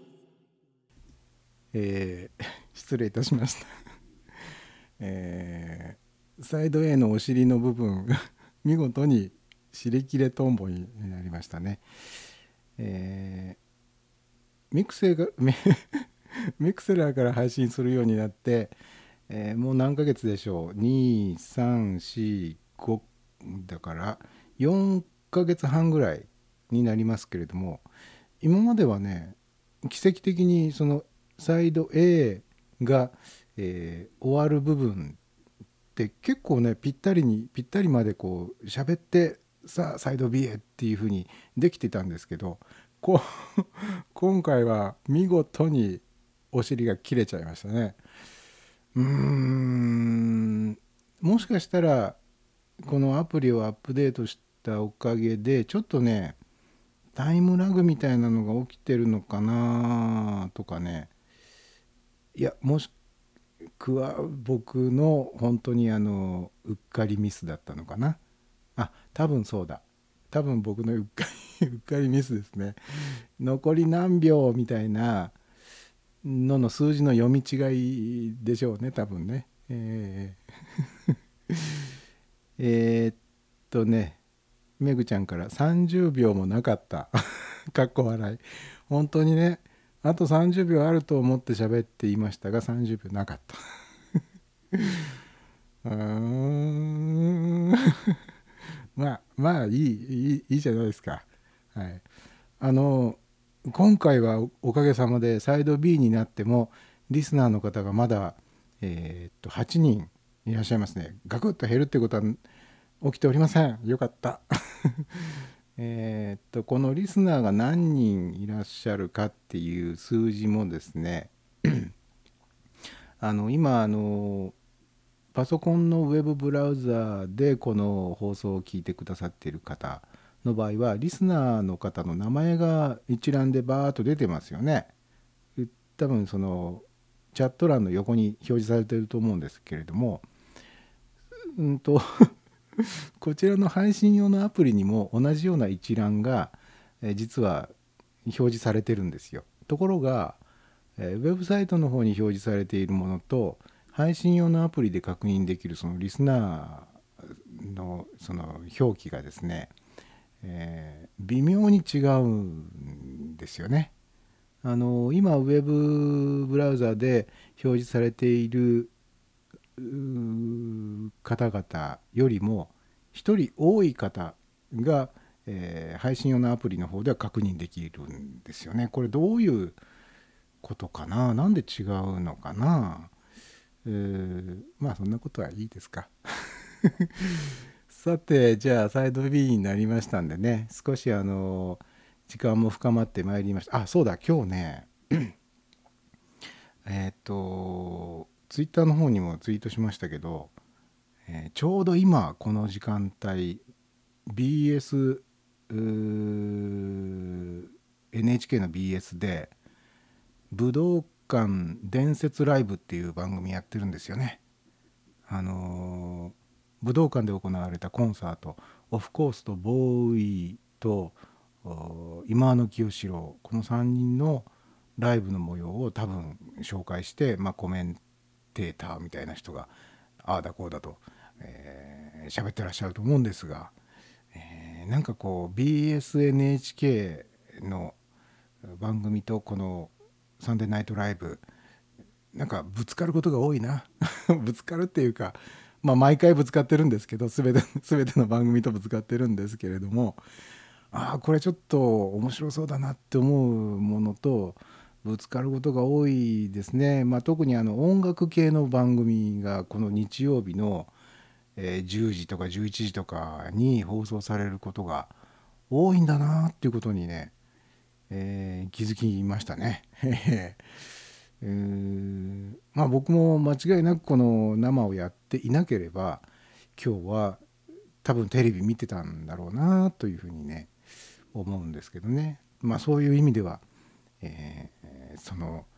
えー、失礼いたしました、えー、サイド A のお尻の部分見事に尻切れトンボになりましたね。えー、ミクセがミクセラーから配信するようになって、えー、もう何ヶ月でしょう。に、さん、し、ごだからよんかげつはんぐらいになりますけれども、今まではね、奇跡的にそのサイド A が、えー、終わる部分って結構ね、ぴったりにぴったりまでこう喋って、さあサイド B へっていう風にできてたんですけど、こ今回は見事にお尻が切れちゃいましたね。うーん、もしかしたらこのアプリをアップデートしたおかげでちょっとね、タイムラグみたいなのが起きてるのかなとかね。いや、もしくは僕の本当にあのうっかりミスだったのかな。あ、多分そうだ。多分僕のうっかりうっかりミスですね。残り何秒みたいなのの数字の読み違いでしょうね、多分ね。えー、えーっとね、めぐちゃんからさんじゅうびょうもなかったかっこ笑い。本当にね、あとさんじゅうびょうあると思って喋っていましたが、さんじゅうびょうなかったうーんまあまあいいいいいいじゃないですか。はい、あの今回はおかげさまでサイド B になってもリスナーの方がまだ、えー、っとはちにんいらっしゃいますね。ガクッと減るってことは起きておりません。よかったえっとこのリスナーが何人いらっしゃるかっていう数字もですねあの今あのパソコンのウェブブラウザでこの放送を聞いてくださっている方の場合はリスナーの方の名前が一覧でバーッと出てますよね。多分そのチャット欄の横に表示されていると思うんですけれども、うんとこちらの配信用のアプリにも同じような一覧が実は表示されてるんですよ。ところがウェブサイトの方に表示されているものと配信用のアプリで確認できるそのリスナーのその表記がですね、えー、微妙に違うんですよね。あの今ウェブブラウザで表示されている方々よりも一人多い方が、えー、配信用のアプリの方では確認できるんですよね。これどういうことかな、なんで違うのかな。えー、まあそんなことはいいですかさて、じゃあサイド B になりましたんでね、少しあの時間も深まってまいりました。あ、そうだ、今日ねえっとツイッターの方にもツイートしましたけど、えー、ちょうど今この時間帯 ビーエス エヌエイチケー の ビーエス で武道館伝説ライブっていう番組やってるんですよね。あのー、武道館で行われたコンサート、オフコースとボーイと今和の清志郎、このさんにんのライブの模様を多分紹介して、まあ、コメンテーターみたいな人がああだこうだと喋、えー、ってらっしゃると思うんですが、えー、なんかこう ビーエスエヌエイチケー の番組とこのサンデーナイトライブ、なんかぶつかることが多いなぶつかるっていうか、まあ毎回ぶつかってるんですけど、全て全ての番組とぶつかってるんですけれども、ああこれちょっと面白そうだなって思うものとぶつかることが多いですね。まあ、特にあの音楽系の番組がこの日曜日のじゅうじとかじゅういちじとかに放送されることが多いんだなっていうことにね、えー、気づきましたね。えー、まあ僕も間違いなくこの生をやっていなければ今日は多分テレビ見てたんだろうなというふうにね思うんですけどね。まあそういう意味では、えー、その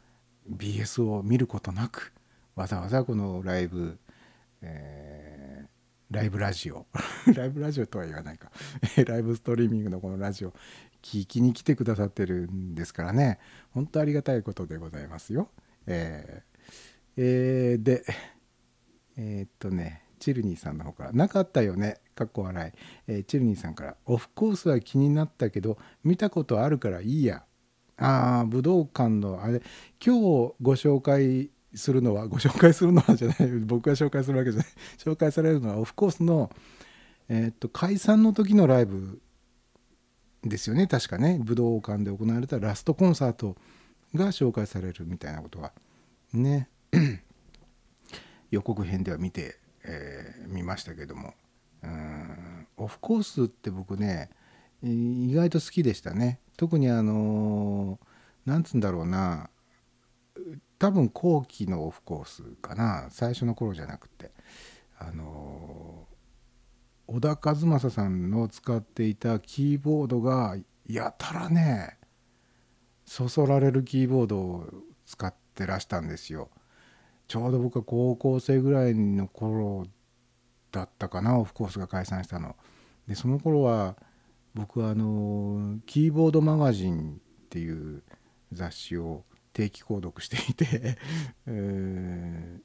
ビーエス を見ることなくわざわざこのライブ、えー、ライブラジオライブラジオとは言わないかライブストリーミングのこのラジオ聞きに来てくださってるんですからね、本当ありがたいことでございますよ。えーえー、でえー、っとねチルニーさんの方からなかったよねかっこ笑い、えー、チルニーさんからオフコースは気になったけど見たことあるからいいや。ああ武道館のあれ今日ご紹介するのはご紹介するのはじゃない僕が紹介するわけじゃない紹介されるのはオフコースの、えー、っと解散の時のライブですよね、確かね。武道館で行われたラストコンサートが紹介されるみたいなことはね予告編では見て、えー、見ましたけども、うーんオフコースって僕ね意外と好きでしたね。特にあのー、なんつうんだろうな、多分後期のオフコースかな、最初の頃じゃなくて、あのー小田和正さんの使っていたキーボードがやたらねそそられるキーボードを使ってらしたんですよ。ちょうど僕は高校生ぐらいの頃だったかな、オフコースが解散したので。その頃は僕はあのキーボードマガジンっていう雑誌を定期購読していて、えー、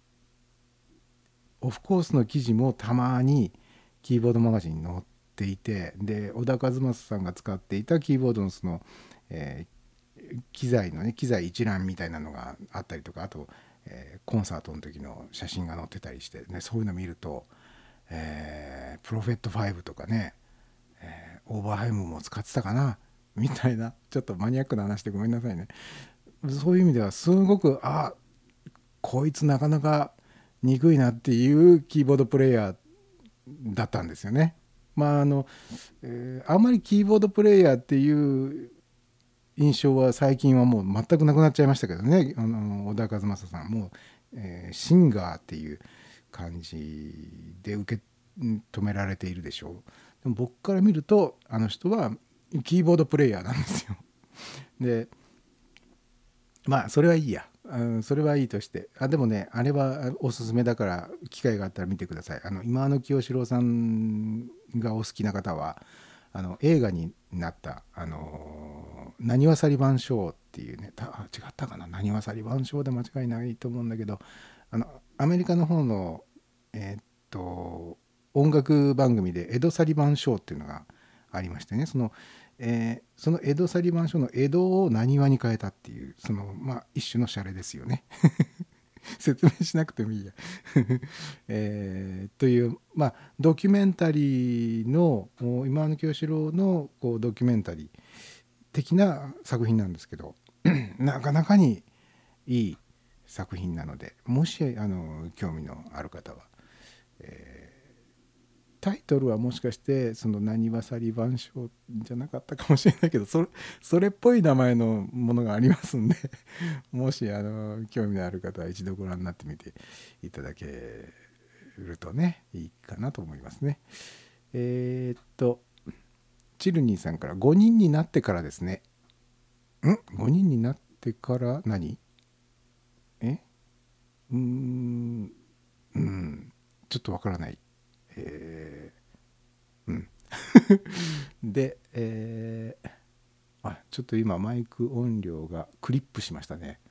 オフコースの記事もたまにキーボードマガジンに載っていて、で小田和正さんが使っていたキーボードのその、えー、機材のね機材一覧みたいなのがあったりとか、あと、えー、コンサートの時の写真が載ってたりして、ね、そういうの見ると、えー、プロフェットファイブとかね、えー、オーバーハイムも使ってたかなみたいな、ちょっとマニアックな話でごめんなさいね。そういう意味ではすごくあこいつなかなか憎いなっていうキーボードプレイヤーだったんですよね。まああの、えー、あんまりキーボードプレイヤーっていう印象は最近はもう全くなくなっちゃいましたけどね。あの小田和正さんも、えー、シンガーっていう感じで受け止められているでしょう。でも僕から見るとあの人はキーボードプレイヤーなんですよ。でまあそれはいいや、それはいいとして、あでもねあれはおすすめだから機会があったら見てください。あの今の清志郎さんがお好きな方はあの映画になったあのなにわ裁判所っていうね、た違ったかな、なにわ裁判所で間違いないと思うんだけど、あのアメリカの方のえー、っと音楽番組で江戸裁判所っていうのがありましてね、そのえー、その江戸裁判所の江戸を浪速に変えたっていう、そのまあ一種のシャレですよね説明しなくてもいいや、えー、というまあドキュメンタリーの今の清志郎のこうドキュメンタリー的な作品なんですけどなかなかにいい作品なので、もしあの興味のある方は、えータイトルはもしかしてそのなにわ裁判所じゃなかったかもしれないけど、それ、それっぽい名前のものがありますんでもしあの興味のある方は一度ご覧になってみていただけるとねいいかなと思いますね。えー、っとチルニーさんからごにんになってからですね。んごにんになってから何えうーんうんちょっとわからない。えー、うんで、えー、あちょっと今マイク音量がクリップしましたね。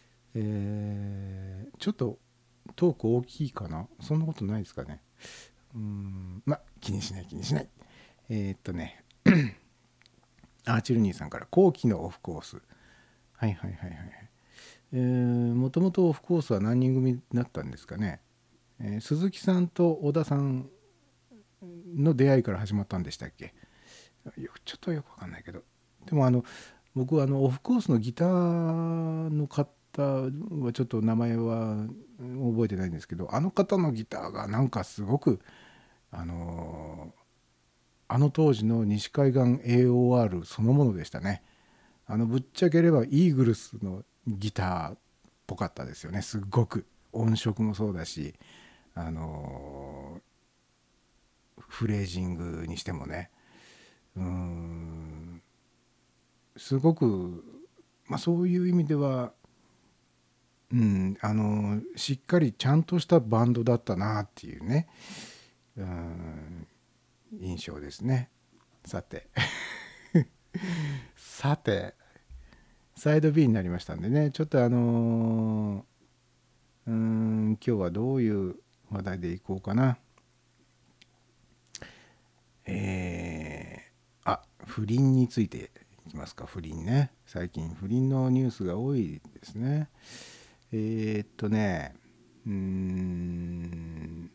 えー、ちょっとトーク大きいかな、そんなことないですかね。うーんま気にしない気にしない。えー、っとねアーチルニーさんから後期のオフコース、はいはいはいはい、えー、もともとオフコースは何人組だったんですかね。えー、鈴木さんと小田さんの出会いから始まったんでしたっけ。よちょっとよくわかんないけど、でもあの僕はあのオフコースのギターの方はちょっと名前は覚えてないんですけど、あの方のギターがなんかすごくあのあの当時の西海岸 エーオーアール そのものでしたね。あのぶっちゃければイーグルスのギターっぽかったですよね。すっごく音色もそうだし、あのフレージングにしてもね、うーんすごく、まあ、そういう意味ではうん、あのしっかりちゃんとしたバンドだったなっていうね、うん、印象ですね。さてさてサイド B になりましたんでね、ちょっとあのー、うーん今日はどういう話題でいこうかな。えー、あ不倫についていきますか。不倫ね、最近不倫のニュースが多いですね。えー、っとねうーん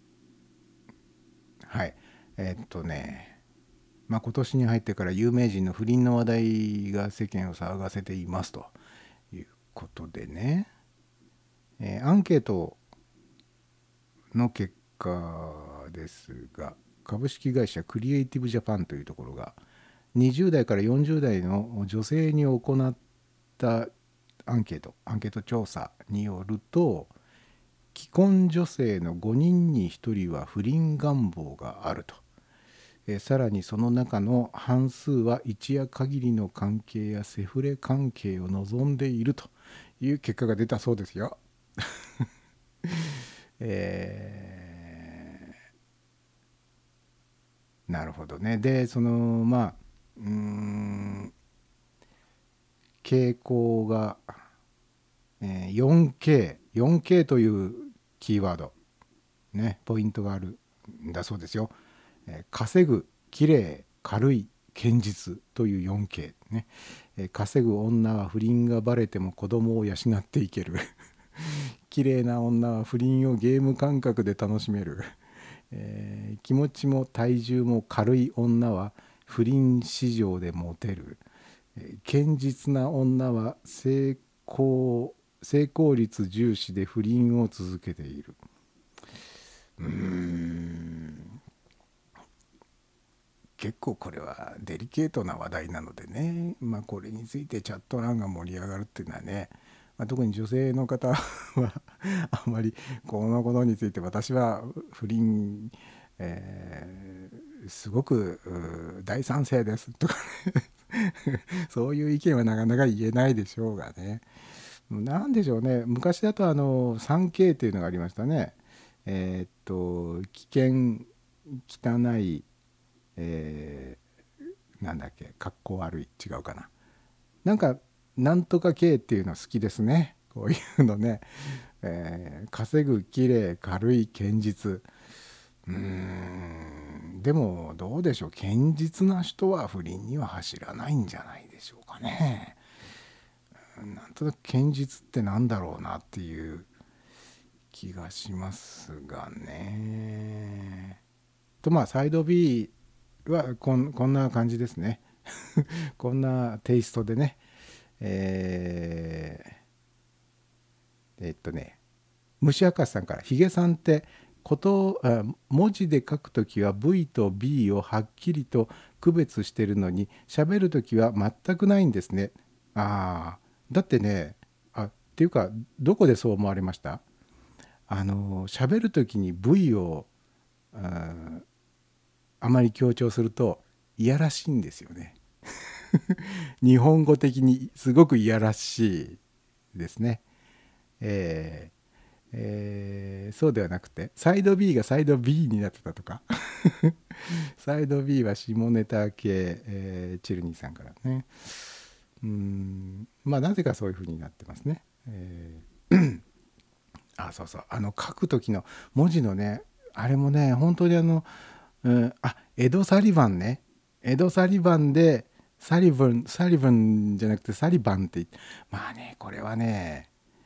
はいえー、っとねまあ今年に入ってから有名人の不倫の話題が世間を騒がせていますということでね、えー、アンケートの結果ですが、株式会社クリエイティブジャパンというところがにじゅう代からよんじゅう代の女性に行ったアンケートアンケート調査によると、既婚女性のごにんにひとりは不倫願望があると。えさらにその中の半数は一夜限りの関係やセフレ関係を望んでいるという結果が出たそうですよ。えー、なるほどね。でそのまあうーん傾向が、えー、よんケー よんケー というキーワードね、ポイントがあるんだそうですよ。えー、稼ぐ、きれい、軽い、堅実という よんケー ね。えー、稼ぐ女は不倫がバレても子供を養っていける。きれいな女は不倫をゲーム感覚で楽しめる。えー、気持ちも体重も軽い女は不倫市場でモテる。えー、堅実な女は成功、成功率重視で不倫を続けている。うーん結構これはデリケートな話題なのでね、まあこれについてチャット欄が盛り上がるっていうのはね、まあ、特に女性の方はあんまりこのことについて私は不倫、えー、すごく大賛成ですとかねそういう意見はなかなか言えないでしょうがね。なんでしょうね、昔だとあの スリーケー っていうのがありましたね。えー、っと危険汚い、えー、なんだっけ、かっこ悪い、違うかな、なんかなんとか系っていうの好きですね、こういうのね。えー、稼ぐ、きれい、軽い、堅実。うーんでもどうでしょう、堅実な人は不倫には走らないんじゃないでしょうかね。なんとなく堅実ってなんだろうなっていう気がしますがね。とまあサイド B はこ ん, こんな感じですね。こんなテイストでね、えー、えっとね虫明かしさんから、ヒゲさんってことあ文字で書くときは V と B をはっきりと区別してるのに喋るときは全くないんですね。ああだってね、あっていうかどこでそう思われました？あの喋るときに V を あ, あまり強調するといやらしいんですよね。日本語的にすごくいやらしいですね。えーえー、そうではなくてサイド B がサイド B になってたとかサイド B は下ネタ系、えー、チルニーさんからね、うーんまあなぜかそういう風になってますね。えー、あそうそうあの書く時の文字のねあれもね本当にあの、うん、あエド・サリバンね、エド・サリバンでサリバンサリバンじゃなくてサリバンってまあねこれはね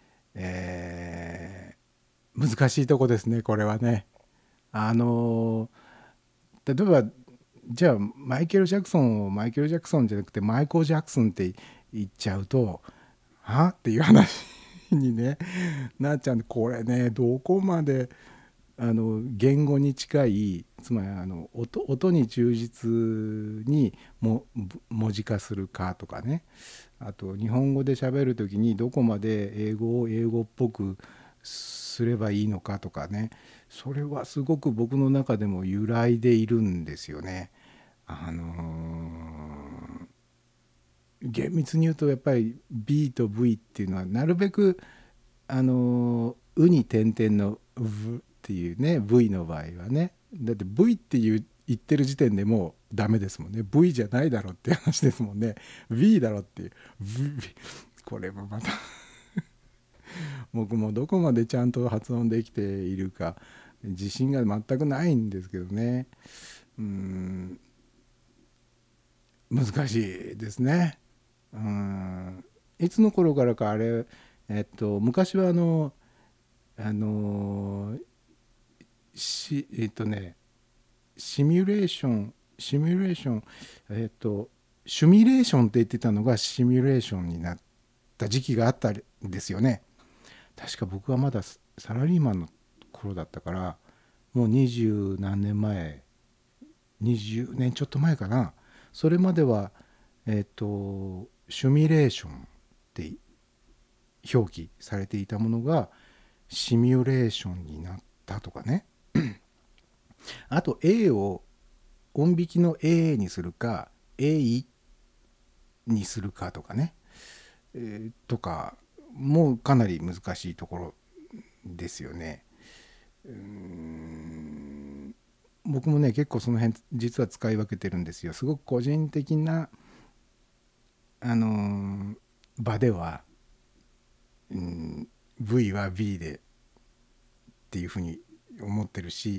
えー、難しいとこですねこれはね。あの例えばじゃあマイケル・ジャクソンをマイケル・ジャクソンじゃなくてマイコー・ジャクソンって言っちゃうとはっていう話に、ね、なっちゃうんで、これねどこまであの言語に近い、つまりあの 音, 音に忠実にも文字化するかとかね、あと日本語で喋る時にどこまで英語を英語っぽくすればいいのかとかね、それはすごく僕の中でも揺らいでいるんですよね。あのー、厳密に言うとやっぱり B と V っていうのはなるべくあのうに点々のvっていうね V の場合はね、だって V っていう言ってる時点でもうダメですもんね。 V じゃないだろっていう話ですもんね。 V だろっていう v これもまた僕もどこまでちゃんと発音できているか自信が全くないんですけどね。うーん難しいですね。うーんいつの頃からかあれえっと昔はあのあのしえっとねシミュレーションシミュレーションえっとシミュレーションって言ってたのがシミュレーションになった時期があったんですよね。確か僕はまだサラリーマンの頃だったからもう二十何年前にじゅうねんちょっと前かな。それまではえっとシミュレーションって表記されていたものがシミュレーションになったとかねあと A を音引きの A にするか A にするかとかね、えー、とかもうかなり難しいところですよね。うーん僕もね結構その辺実は使い分けてるんですよ。すごく個人的なあのー、場では、うん、V は B でっていうふうに思ってるし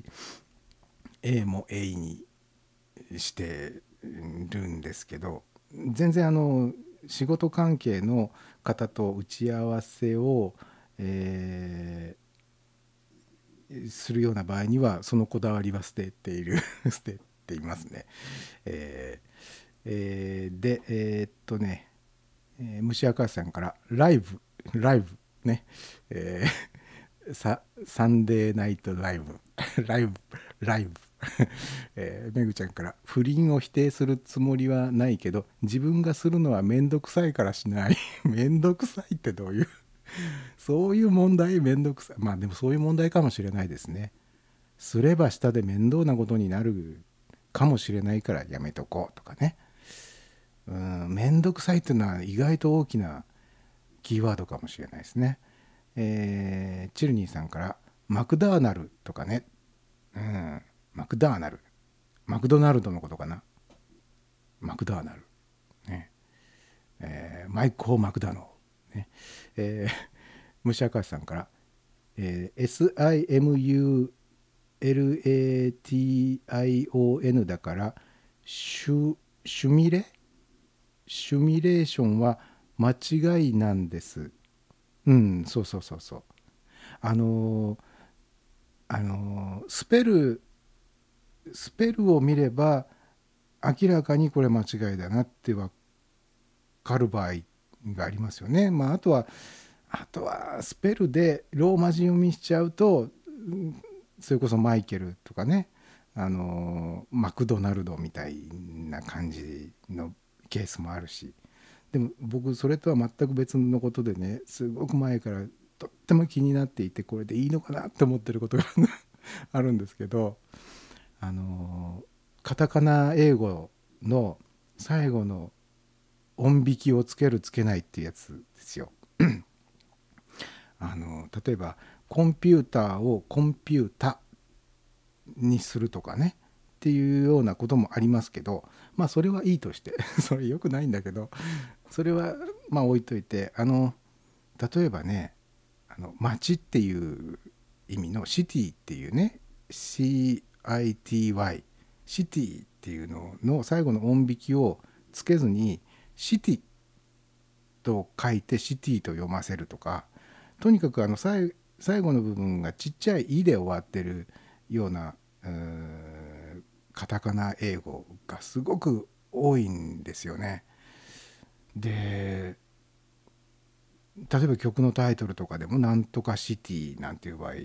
A も A にしてるんですけど、全然あの仕事関係の方と打ち合わせを、えー、するような場合にはそのこだわりは捨てている捨てていますね。えーえー、でえー、っとね、えー、虫赤さんからライブライブね、えー、サ, サンデーナイトライブライブライブえー、めぐちゃんから不倫を否定するつもりはないけど自分がするのはめんどくさいからしないめんどくさいってどういうそういう問題めんどくさいまあでもそういう問題かもしれないですね。すれば下で面倒なことになるかもしれないからやめとこうとかね。うんめんどくさいっていうのは意外と大きなキーワードかもしれないですね。えー、チルニーさんからマクダーナルとかね、うんマクダーナルマクドナルドのことかなマクダーナル、ねえー、マイコー・マクダノー、ねえー、虫明石さんから、えー、エスアイエムユーエルエーティーアイオーエヌ だからシュシュミレシュミレーションは間違いなんです。うんそうそうそうそうあのー、あのー、スペルスペルを見れば明らかにこれ間違いだなって分かる場合がありますよね。まああとはあとはスペルでローマ字読みしちゃうとそれこそマイケルとかねあのマクドナルドみたいな感じのケースもあるし、でも僕それとは全く別のことでねすごく前からとっても気になっていてこれでいいのかなって思ってることがあるんですけど、あのカタカナ英語の最後の音引きをつけるつけないっていうやつですよ。あの例えばコンピューターをコンピュータにするとかねっていうようなこともありますけど、まあそれはいいとしてそれ良くないんだけどそれはまあ置いといて、あの例えばねあの街っていう意味のシティっていうね シーアイティーワイ シティっていうのの最後の音引きをつけずにシティと書いてシティと読ませるとか、とにかくあの 最, 最後の部分がちっちゃい「い」で終わってるようなうーカタカナ英語がすごく多いんですよね。で例えば曲のタイトルとかでも「なんとかシティ」なんていう場合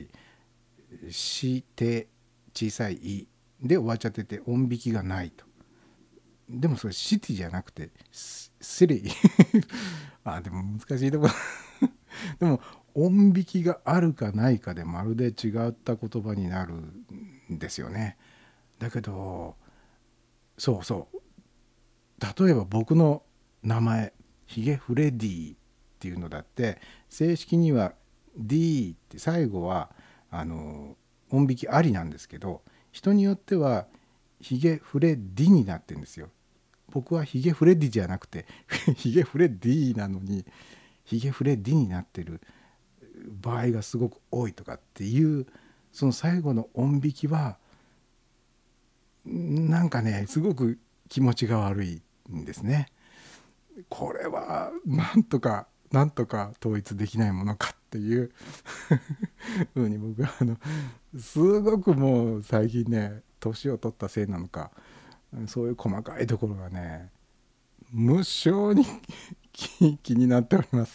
「して」小さい「い」で終わっちゃってて音引きがないと。でもそれシティじゃなくてシリあでも難しいところでも音引きがあるかないかでまるで違った言葉になるんですよね。だけどそうそう例えば僕の名前ヒゲフレディっていうのだって正式には D って最後はあの音引きありなんですけど、人によってはヒゲフレディになってるんですよ。僕はヒゲフレディじゃなくてヒゲフレディなのにヒゲフレディになってる場合がすごく多いとかっていう、その最後の音引きはなんかねすごく気持ちが悪いんですね。これはなんとかなんとか統一できないものかっていうふうに僕はあのすごくもう最近ね年を取ったせいなのか、そういう細かいところがね無性に気になっております。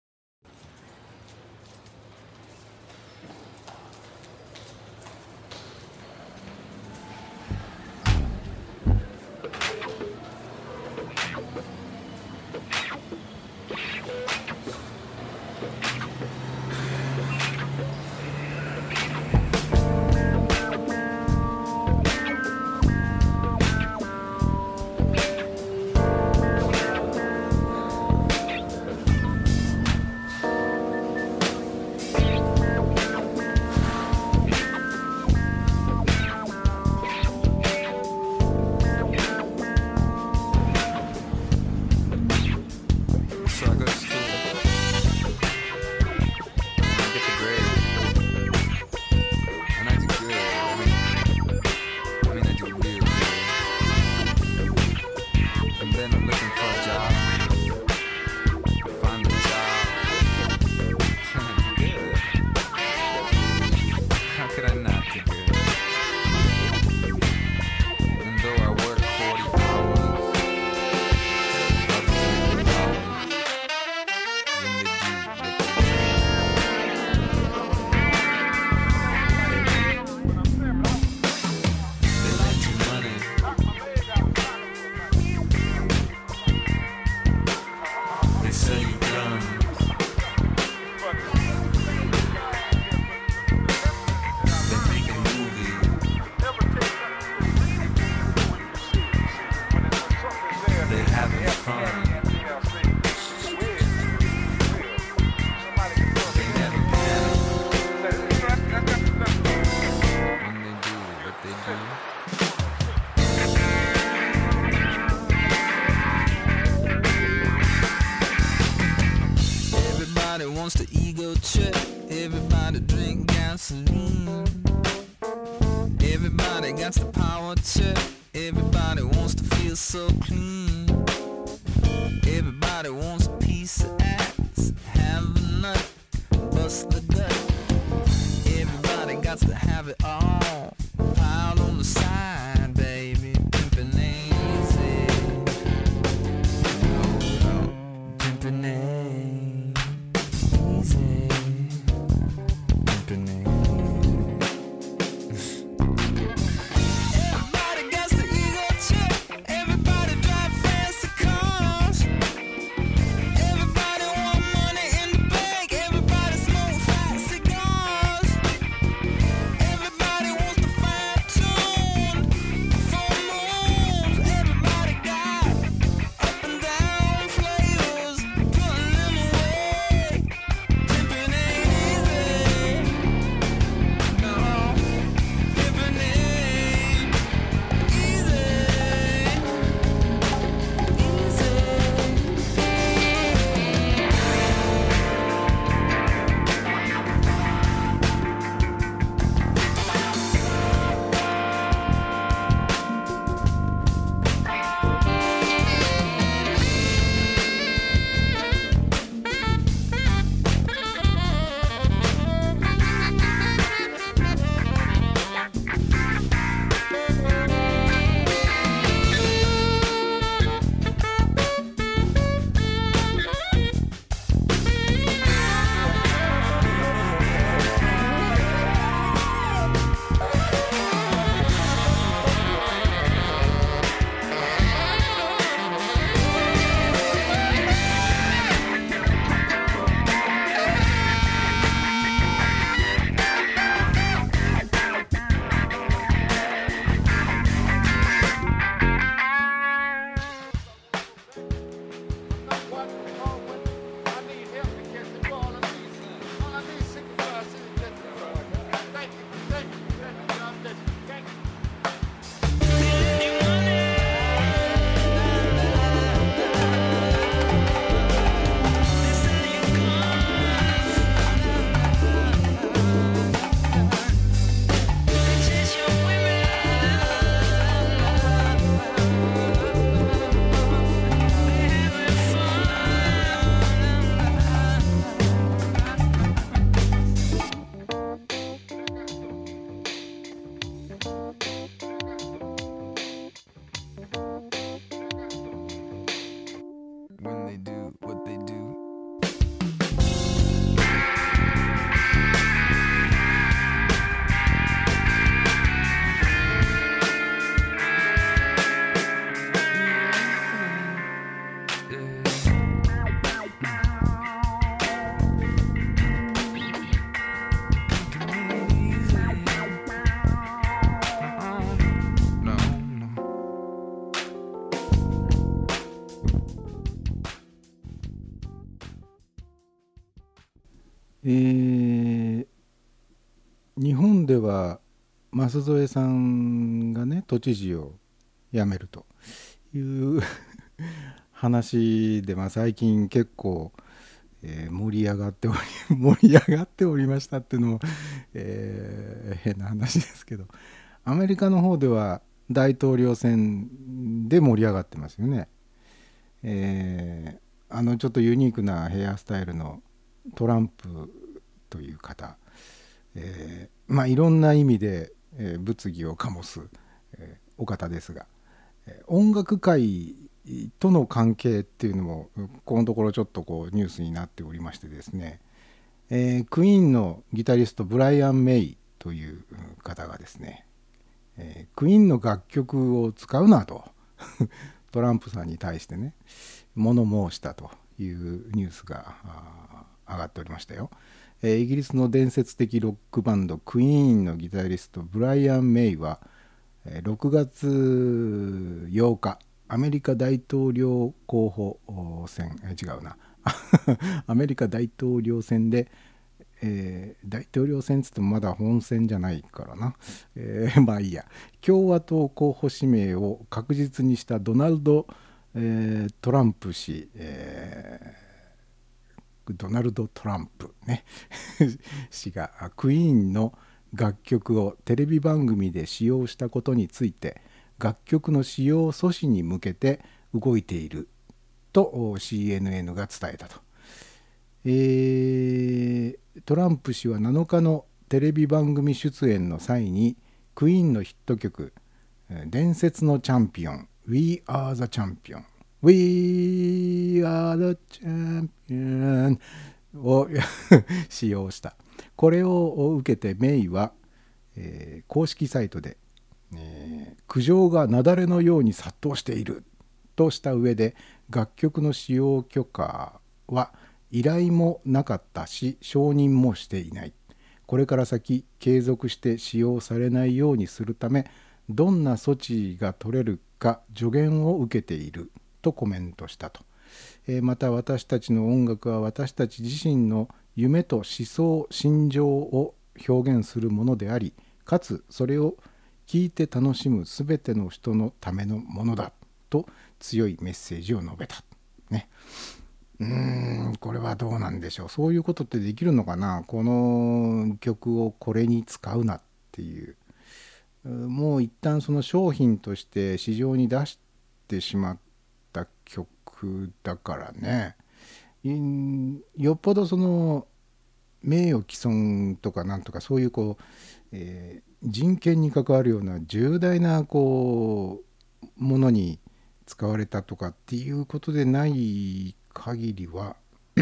Wants the ego trip. Everybody drink gasoline. Everybody got the power trip. Everybody wants to feel so clean. Everybody wants a piece of ass. Have a nut, bust the gut. Everybody got to have it all. Piled on the side, baby. Pimpin' ain't easy. No, no, pimpin' ain't. Everybody えー日本では舛添さんがね都知事を辞めるという話で、まあ、最近結構、えー盛り上がっており盛り上がっておりましたっていうのも、えー変な話ですけど、アメリカの方では大統領選で盛り上がってますよね。えーあのちょっとユニークなヘアスタイルのトランプという方、えーまあいろんな意味で、えー物議を醸す、えーお方ですが、えー音楽界との関係っていうのもこのところちょっとこうニュースになっておりましてですね、えークイーンのギタリストブライアン・メイという方がですね、えークイーンの楽曲を使うなとトランプさんに対してね物申したというニュースがあー上がっておりましたよ。えーイギリスの伝説的ロックバンドクイーンのギタリストブライアン・メイはえーろくがつようかアメリカ大統領候補選、えー違うなアメリカ大統領選で、えー大統領選つってもまだ本選じゃないからな、えーまあいいや、共和党候補指名を確実にしたドナルド、えートランプ氏、えードナルド・トランプね氏がクイーンの楽曲をテレビ番組で使用したことについて楽曲の使用阻止に向けて動いていると シーエヌエヌ が伝えたと。えートランプ氏はなのかのテレビ番組出演の際にクイーンのヒット曲伝説のチャンピオン We are the champion We are the champion を使用した。これを受けてメイは、えー公式サイトで、えー苦情が雪崩のように殺到しているとした上で、楽曲の使用許可は依頼もなかったし承認もしていない。これから先継続して使用されないようにするためどんな措置が取れるか助言を受けているとコメントしたと。えーまた私たちの音楽は私たち自身の夢と思想心情を表現するものであり、かつそれを聴いて楽しむすべての人のためのものだと強いメッセージを述べたね。うーんこれはどうなんでしょう。そういうことってできるのかな。この曲をこれに使うなっていう、もう一旦その商品として市場に出してしまった曲だからね、よっぽどその名誉毀損とかなんとかそういうこう、えー人権に関わるような重大なこうものに使われたとかっていうことでない限りは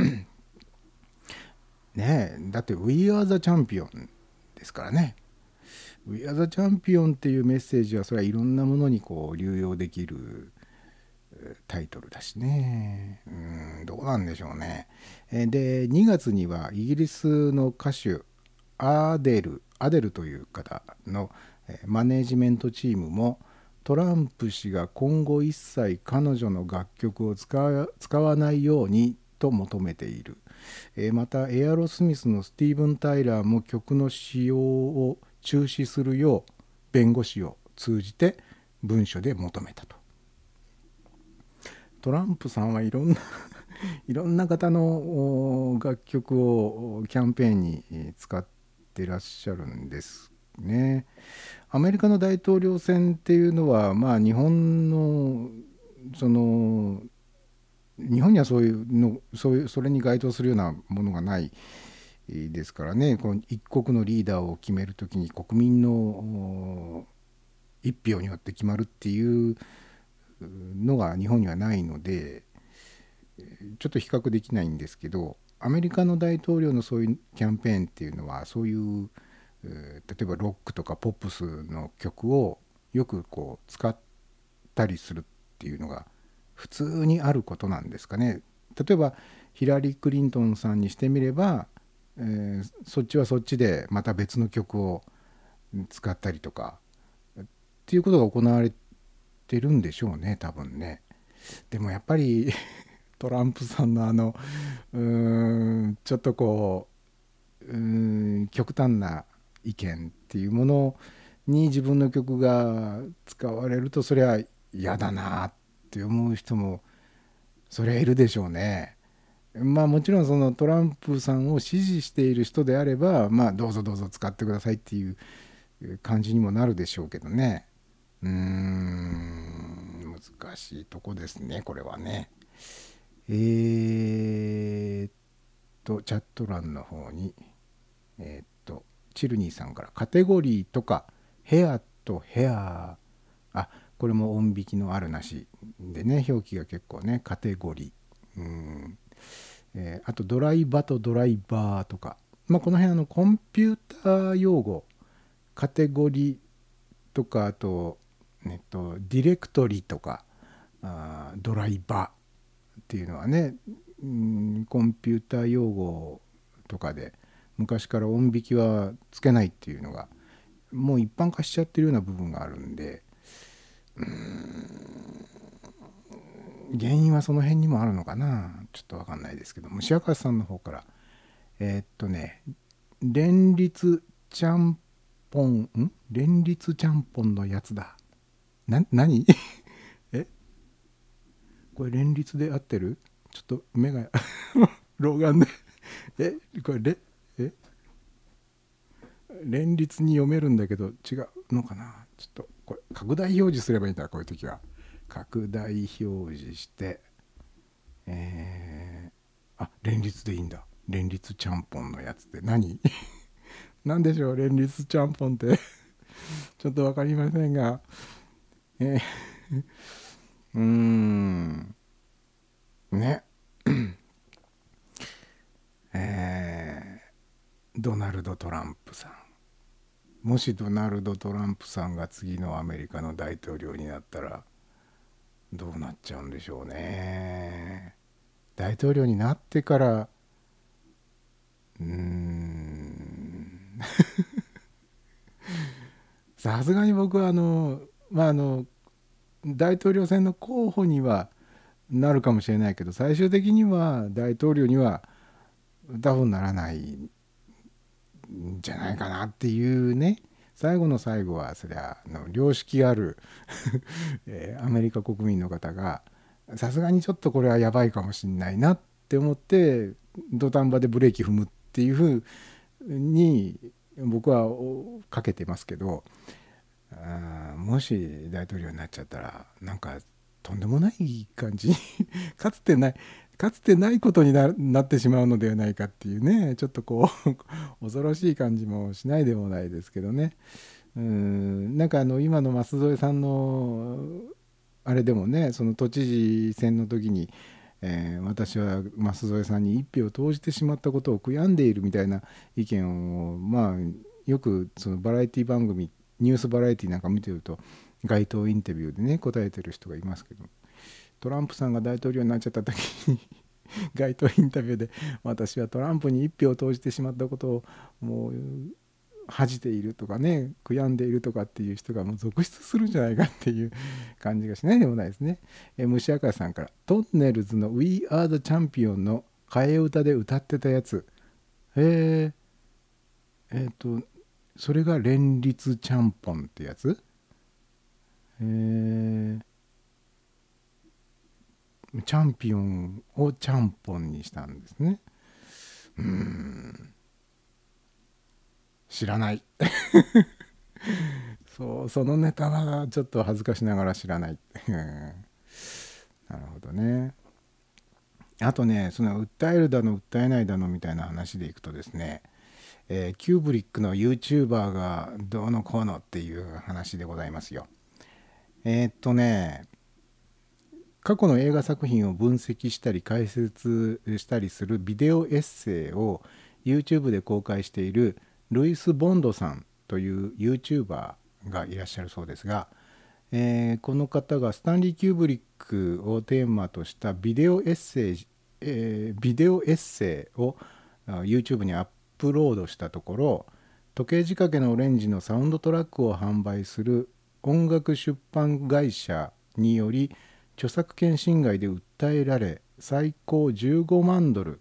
ねえ、だって We are the champion ですからね。 We are the champion っていうメッセージはそれはいろんなものにこう流用できるタイトルだしね。うーんどうなんでしょうね。でにがつにはイギリスの歌手アデルアデルという方のマネージメントチームもトランプ氏が今後一切彼女の楽曲を使わ、使わないようにと求めている。またエアロスミスのスティーブン・タイラーも曲の使用を中止するよう弁護士を通じて文書で求めたと。トランプさんはいろんないろんな方の楽曲をキャンペーンに使ってらっしゃるんですね。アメリカの大統領選っていうのはまあ日本のその日本にはそういうのそういうそれに該当するようなものがないですからね。この一国のリーダーを決めるときに国民の一票によって決まるっていうのが日本にはないのでちょっと比較できないんですけど、アメリカの大統領のそういうキャンペーンっていうのはそういう例えばロックとかポップスの曲をよくこう使ったりするっていうのが普通にあることなんですかね。例えばヒラリー・クリントンさんにしてみれば、えー、そっちはそっちでまた別の曲を使ったりとかっていうことが行われてるんでしょうね多分ね。でもやっぱりトランプさんのあのうーんちょっとこうーん極端な意見っていうものに自分の曲が使われると、それは嫌だなって思う人もそりゃいるでしょうね。まあもちろんそのトランプさんを支持している人であれば、まあどうぞどうぞ使ってくださいっていう感じにもなるでしょうけどね。うーん難しいとこですね、これはね。えー、っとチャット欄の方にえー、っとチルニーさんからカテゴリーとかヘアとヘア、あこれも音引きのあるなしでね、表記が結構ね、カテゴリー、うん、えー、あとドライバとドライバーとか、まあこの辺のコンピューター用語、カテゴリーとか、あと、えっと、ディレクトリとかあドライバーっていうのはね、うん、コンピューター用語とかで昔から音引きはつけないっていうのがもう一般化しちゃってるような部分があるんで、うーん原因はその辺にもあるのかな、ちょっと分かんないですけど、虫明さんの方からえー、っとね連立ちゃんぽんん連立ちゃんぽんのやつだな、何えこれ連立で合ってる？ちょっと目が老眼でえこれレえ連立に読めるんだけど違うのかな、ちょっとこれ拡大表示すればいいんだ、こういう時は拡大表示して、えー、あ連立でいいんだ。連立ちゃんぽんのやつって何なんでしょう連立ちゃんぽんってちょっと分かりませんが、えー、うーんねえー、ドナルド・トランプさん、もしドナルド・トランプさんが次のアメリカの大統領になったらどうなっちゃうんでしょうね。大統領になってからうーんさすがに僕はあのまああの大統領選の候補にはなるかもしれないけど、最終的には大統領には多分ならないんじゃないかなっていうね。最後の最後はそりゃあの良識ある、えー、アメリカ国民の方がさすがにちょっとこれはやばいかもしれないなって思って土壇場でブレーキ踏むっていうふうに僕はかけてますけど、あもし大統領になっちゃったらなんかとんでもない感じかつてないかつてないことに な, なってしまうのではないかっていうね、ちょっとこう恐ろしい感じもしないでもないですけどね。うーんなんかあの今の舛添さんのあれでもね、その都知事選の時に、えー、私は舛添さんに一票を投じてしまったことを悔やんでいるみたいな意見をまあよくそのバラエティ番組ニュースバラエティなんか見てると街頭インタビューでね答えてる人がいますけど、トランプさんが大統領になっちゃった時に街頭インタビューで私はトランプに一票を投じてしまったことをもう恥じているとかね悔やんでいるとかっていう人がもう続出するんじゃないかっていう感じがしないでもないですね。え虫明さんからトンネルズの We Are the Champion の替え歌で歌ってたやつ、へええっとそれが連立ちゃんぽんってやつ、えー、チャンピオンをちゃんぽんにしたんですね。うーん知らないそうそのネタはちょっと恥ずかしながら知らないなるほどね。あとねその訴えるだの訴えないだのみたいな話でいくとですね、えー、キューブリックの YouTuber がどうのこうのっていう話でございますよ。えー、っとね過去の映画作品を分析したり解説したりするビデオエッセイを YouTube で公開しているルイス・ボンドさんという YouTuber がいらっしゃるそうですが、えー、この方がスタンリー・キューブリックをテーマとしたビデオエッセイ、えー、ビデオエッセイを YouTube にアップロードしたところ、時計仕掛けのオレンジのサウンドトラックを販売する音楽出版会社により著作権侵害で訴えられ最高じゅうごまんドル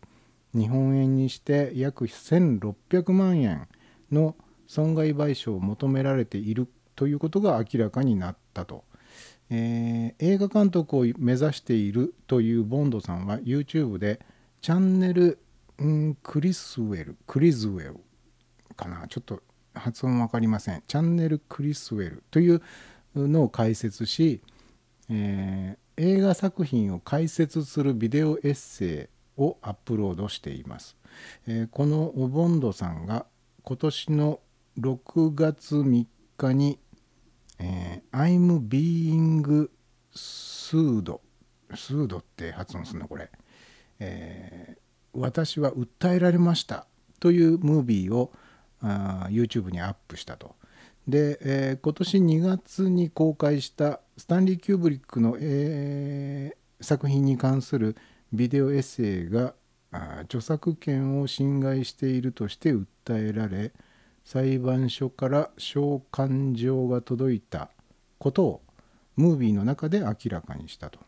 日本円にして約せんろっぴゃくまんえんの損害賠償を求められているということが明らかになったと。えー、映画監督を目指しているというボンドさんは YouTube でチャンネル、んクリスウェルクリズウェルかな、ちょっと発音分かりません。チャンネルクリスウェルというのを解説し、えー、映画作品を解説するビデオエッセイをアップロードしています。えー、このボンドさんが今年のろくがつみっかに、えー、I'm being sued スードって発音するのこれ、えー、私は訴えられましたというムービーをあー YouTube にアップしたと。で、えー、今年にがつに公開したスタンリー・キューブリックの、えー、作品に関するビデオエッセイが著作権を侵害しているとして訴えられ、裁判所から召喚状が届いたことをムービーの中で明らかにしたと。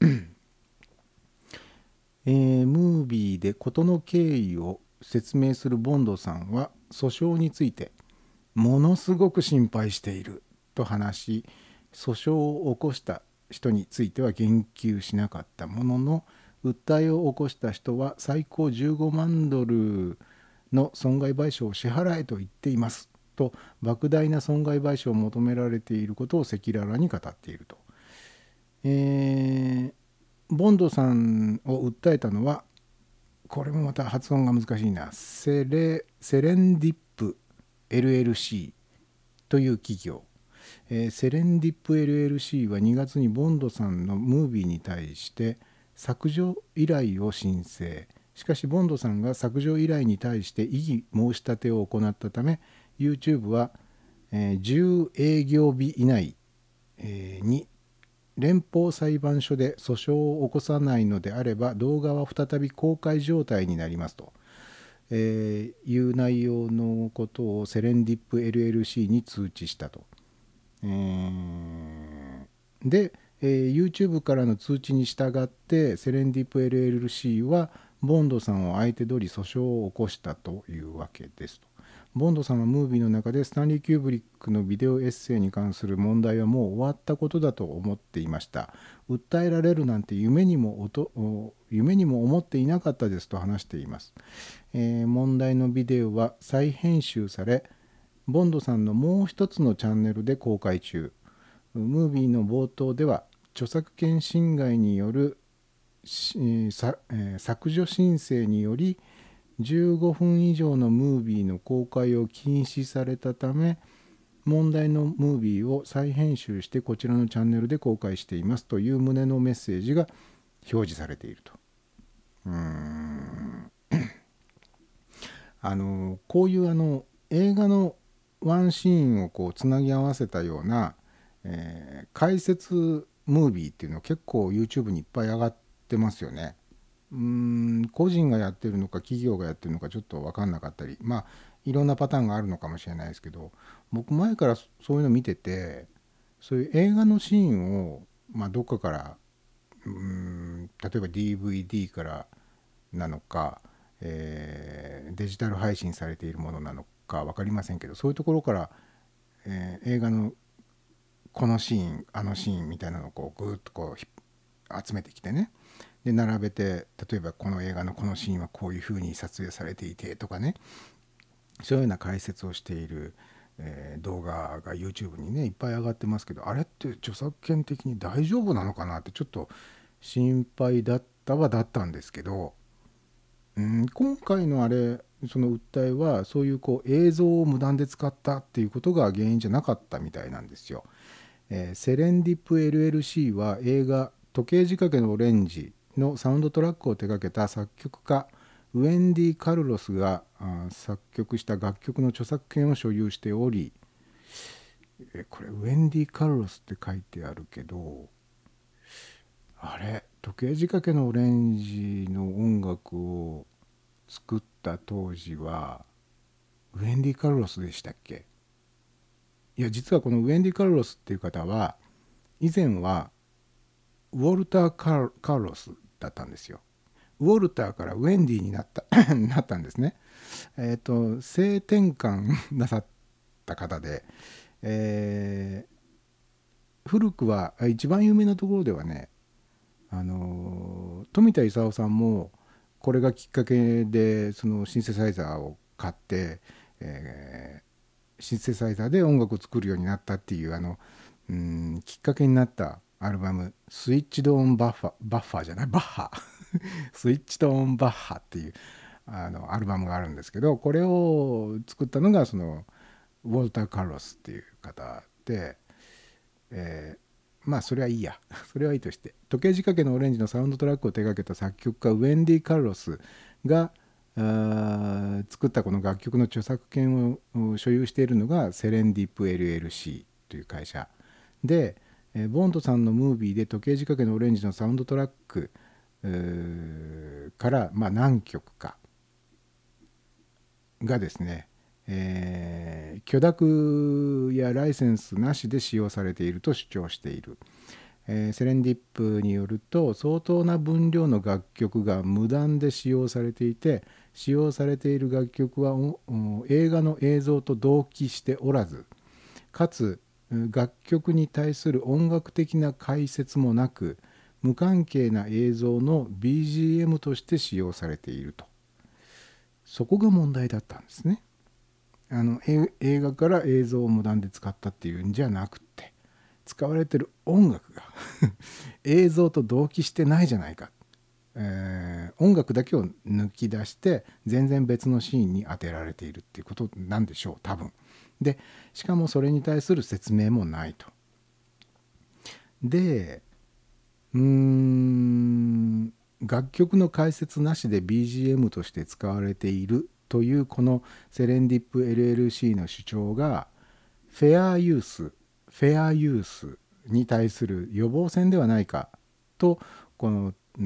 えー、ムービーで事の経緯を説明するボンドさんは訴訟についてものすごく心配していると話し、訴訟を起こした人については言及しなかったものの、訴えを起こした人は最高じゅうごまんドルの損害賠償を支払えと言っていますと、莫大な損害賠償を求められていることを赤裸々に語っていると。えー、ボンドさんを訴えたのは、これもまた発音が難しいな、セレ、セレンディップ エルエルシー という企業。えー、セレンディップ エルエルシー はにがつにボンドさんのムービーに対して削除依頼を申請。しかしボンドさんが削除依頼に対して異議申し立てを行ったため、 YouTube は、えー、じゅう営業日以内、えー、に連邦裁判所で訴訟を起こさないのであれば動画は再び公開状態になりますと、えー、いう内容のことをセレンディップ エルエルシー に通知したと。えー、で、えー、YouTube からの通知に従ってセレンディップ エルエルシー はボンドさんを相手取り訴訟を起こしたというわけですと。ボンドさんはムービーの中でスタンリー・キューブリックのビデオエッセイに関する問題はもう終わったことだと思っていました。訴えられるなんて夢にもおと夢にも思っていなかったですと話しています。えー、問題のビデオは再編集され、ボンドさんのもう一つのチャンネルで公開中。ムービーの冒頭では著作権侵害による、えーさえー、削除申請によりじゅうごふん以上のムービーの公開を禁止されたため、問題のムービーを再編集してこちらのチャンネルで公開していますという旨のメッセージが表示されていると。うーんあのこういうあの映画のワンシーンをこうつなぎ合わせたような、えー、解説ムービーっていうの結構 YouTube にいっぱい上がってますよね。うーん個人がやってるのか企業がやってるのかちょっと分かんなかったり、まあいろんなパターンがあるのかもしれないですけど、僕前からそういうの見てて、そういう映画のシーンを、まあ、どっかからうーん例えば ディーブイディー からなのか、えー、デジタル配信されているものなのか分かりませんけど、そういうところから、えー、映画のこのシーンあのシーンみたいなのをこうぐーっとこう集めてきてね、で並べて、例えばこの映画のこのシーンはこういう風に撮影されていてとかね、そういうような解説をしている、えー、動画が YouTube にねいっぱい上がってますけど、あれって著作権的に大丈夫なのかなってちょっと心配だったはだったんですけど、うん、今回のあれその訴えはそういうこう映像を無断で使ったっていうことが原因じゃなかったみたいなんですよ。えー、セレンディップ エルエルシー は映画時計仕掛けのオレンジのサウンドトラックを手掛けた作曲家ウェンディ・カルロスが作曲した楽曲の著作権を所有しており、えこれウェンディ・カルロスって書いてあるけど、あれ時計仕掛けのオレンジの音楽を作った当時はウェンディ・カルロスでしたっけ？いや実はこのウェンディ・カルロスっていう方は以前はウォルター・カルロスだったんですよ。 ウォルターからウェンディになったなったんですね。えっと性転換なさった方で、えー、古くは一番有名なところではね、あの富田勲さんもこれがきっかけでそのシンセサイザーを買って、えー、シンセサイザーで音楽を作るようになったっていうあのうんきっかけになったアルバム「スイッチドオンバッファ」バッファじゃないバッハスイッチドオンバッハっていうあのアルバムがあるんですけど、これを作ったのがそのウォルター・カルロスっていう方で、えー、まあそれはいいやそれはいいとして、時計仕掛けのオレンジのサウンドトラックを手掛けた作曲家ウェンディ・カルロスがあ作ったこの楽曲の著作権を所有しているのがセレンディップ エルエルシー という会社で、えー、ボンドさんのムービーで時計仕掛けのオレンジのサウンドトラックから、まあ、何曲かがですね、えー、許諾やライセンスなしで使用されていると主張している。えー、セレンディップによると相当な分量の楽曲が無断で使用されていて、使用されている楽曲は映画の映像と同期しておらず、かつ楽曲に対する音楽的な解説もなく、無関係な映像の ビージーエム として使用されていると。そこが問題だったんですね。あの映画から映像を無断で使ったっていうんじゃなくて、使われてる音楽が映像と同期してないじゃないか、えー、音楽だけを抜き出して全然別のシーンに当てられているっていうことなんでしょう、多分。でしかもそれに対する説明もないと。でうーん楽曲の解説なしで ビージーエム として使われているというこのセレンディップ エルエルシー の主張がフェアユースフェアユースに対する予防線ではないかと、この、うん、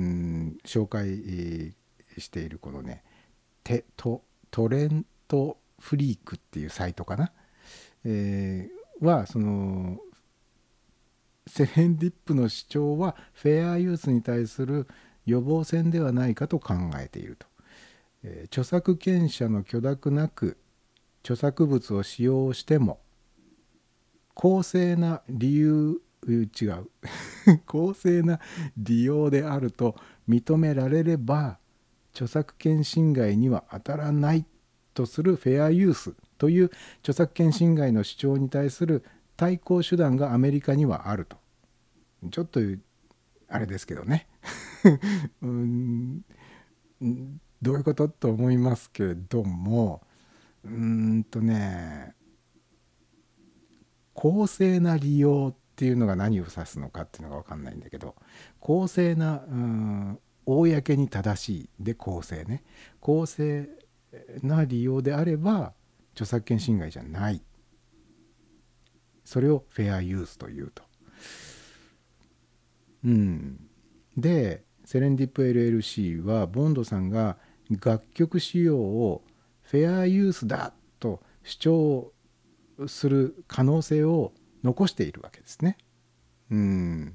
紹介しているこのねテトトレントフリークっていうサイトかな、えー、はそのセレンディップの主張はフェアユースに対する予防線ではないかと考えていると。えー、著作権者の許諾なく著作物を使用しても公正な理由違う公正な利用であると認められれば著作権侵害には当たらないとするフェアユースという著作権侵害の主張に対する対抗手段がアメリカにはあると。ちょっとあれですけどねうーんどういうことと思いますけれども、うーんとね公正な利用っていうのが何を指すのかっていうのが分かんないんだけど、公正なうん公に正しいで公正ね、公正な利用であれば著作権侵害じゃない、それをフェアユースというと。うんでセレンディップ エルエルシー はボンドさんが楽曲使用をフェアユースだと主張する可能性を残しているわけですね。うん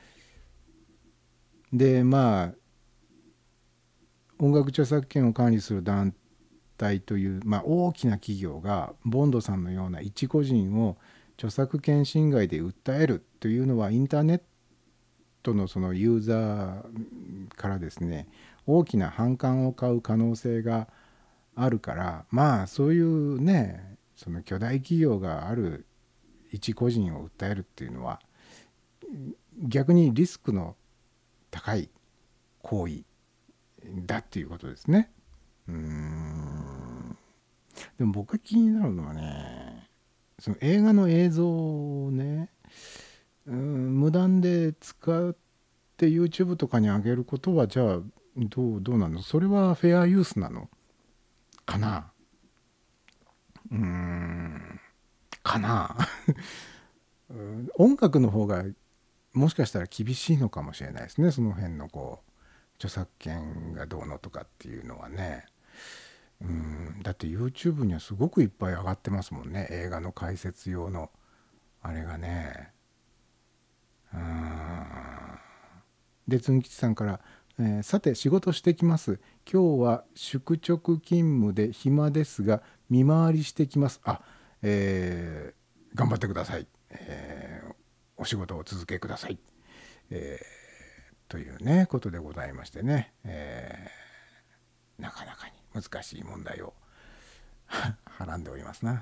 でまあ音楽著作権を管理する団体という、まあ、大きな企業がボンドさんのような一個人を著作権侵害で訴えるというのはインターネットのそのユーザーからですね大きな反感を買う可能性があるから、まあそういうねその巨大企業がある一個人を訴えるっていうのは逆にリスクの高い行為だっていうことですね。うーんでも僕が気になるのはね、その映画の映像をねうん無断で使って YouTube とかに上げることはじゃあどうどうなの？それはフェアユースなのかな？うーんかな音楽の方がもしかしたら厳しいのかもしれないですね。その辺のこう著作権がどうのとかっていうのはね。うんだって YouTube にはすごくいっぱい上がってますもんね、映画の解説用のあれがね。うんでつんきちさんからえーさて仕事してきます。今日は宿直勤務で暇ですが見回りしてきます。あ、えー頑張ってください、えーお仕事をお続けください、えーというねことでございましてね、えーなかなかに難しい問題をはらんでおりますな。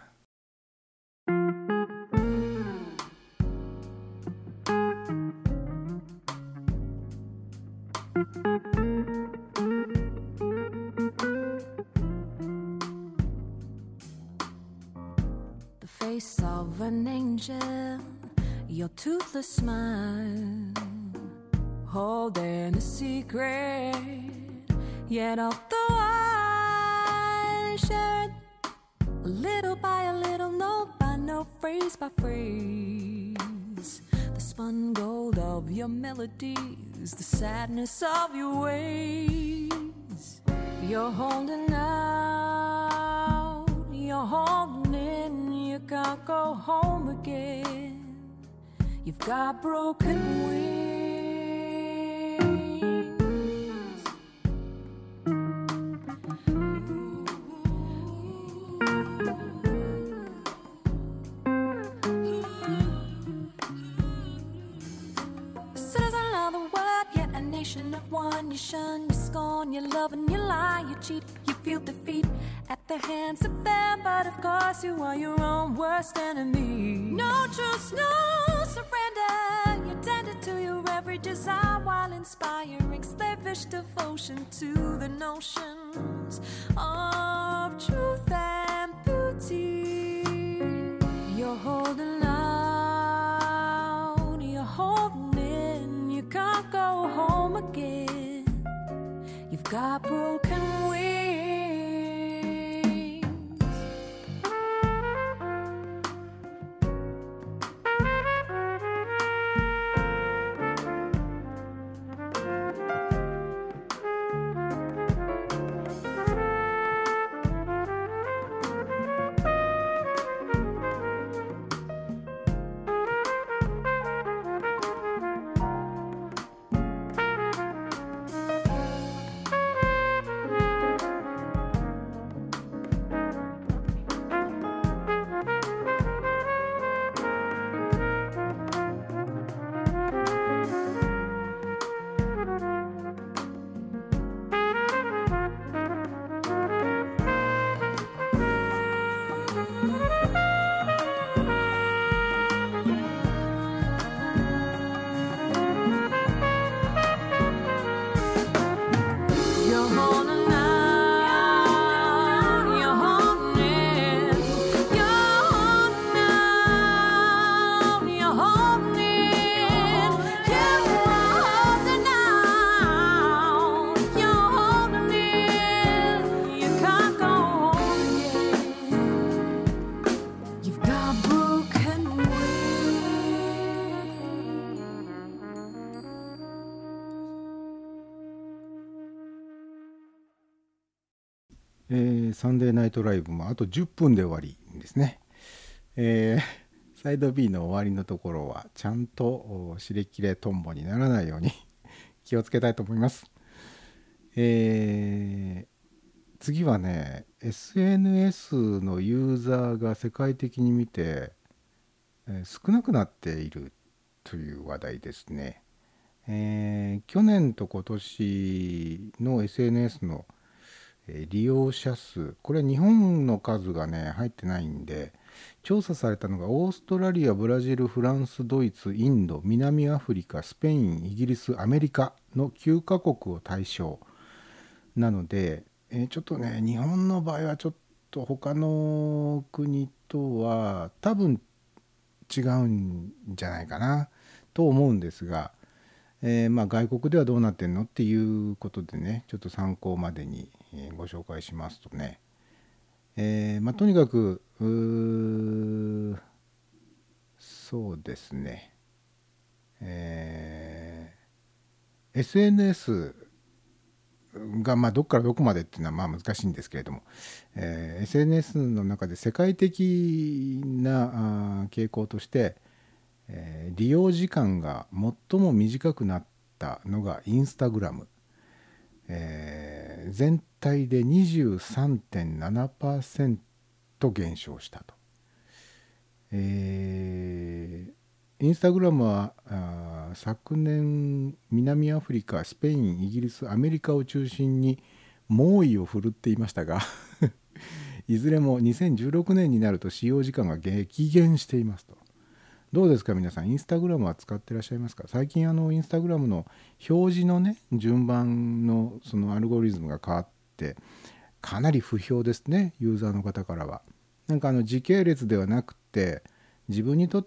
The face of an angel, your toothless smile, holding a secret, yet all the while shared a little by a little, note by note, phrase by phrase, the spun gold of your melodies, the sadness of your ways. You're holding out, you're holding in, you can't go home again. You've got broken wings. Citizen of the world, yet a nation of one. You shun, you scorn, you love and you lie, you cheat, you feel defeat at the hands of them, but of course you are your own worst enemy. No truce, no surrender. You tended to your every desire while inspiring slavish devotion to the notions of truth and beauty. You're holding out, you're holding in, you can't go home again. You've got broken wings. You're holding out, you're holding in, you're holding out, you're holding in, you are holding out, you're holding in, you can't go home again. You've got broken wings. えーサンデーナイトライブもあとじゅっぷんで終わりですね。えーサイド B の終わりのところはちゃんとお尻切れトンボにならないように気をつけたいと思います。えー次はね エスエヌエス のユーザーが世界的に見て、えー少なくなっているという話題ですね。えー去年と今年の エスエヌエス のえー利用者数、これ日本の数がね入ってないんで、調査されたのがオーストラリア、ブラジル、フランス、ドイツ、インド、南アフリカ、スペイン、イギリス、アメリカのきゅうカ国を対象なので、えーちょっとね日本の場合はちょっと他の国とは多分違うんじゃないかなと思うんですが、えーまあ外国ではどうなってんのっていうことでね、ちょっと参考までにえーご紹介しますとね、えーまあ、とにかくうーそうですね、えー エスエヌエス がまあどこからどこまでっていうのはまあ難しいんですけれども、えー エスエヌエス の中で世界的なあー傾向として、えー利用時間が最も短くなったのがインスタグラム。 えー全体で にじゅうさんてんななパーセント 減少したと。えー、インスタグラムはあ昨年南アフリカ、スペイン、イギリス、アメリカを中心に猛威を振るっていましたがいずれもにせんじゅうろくねんになると使用時間が激減していますと。どうですか皆さん、インスタグラムは使ってらっしゃいますか？最近あのインスタグラムの表示のね順番のそのアルゴリズムが変わってかなり不評ですね、ユーザーの方からは。なんかあの時系列ではなくて自分にとって、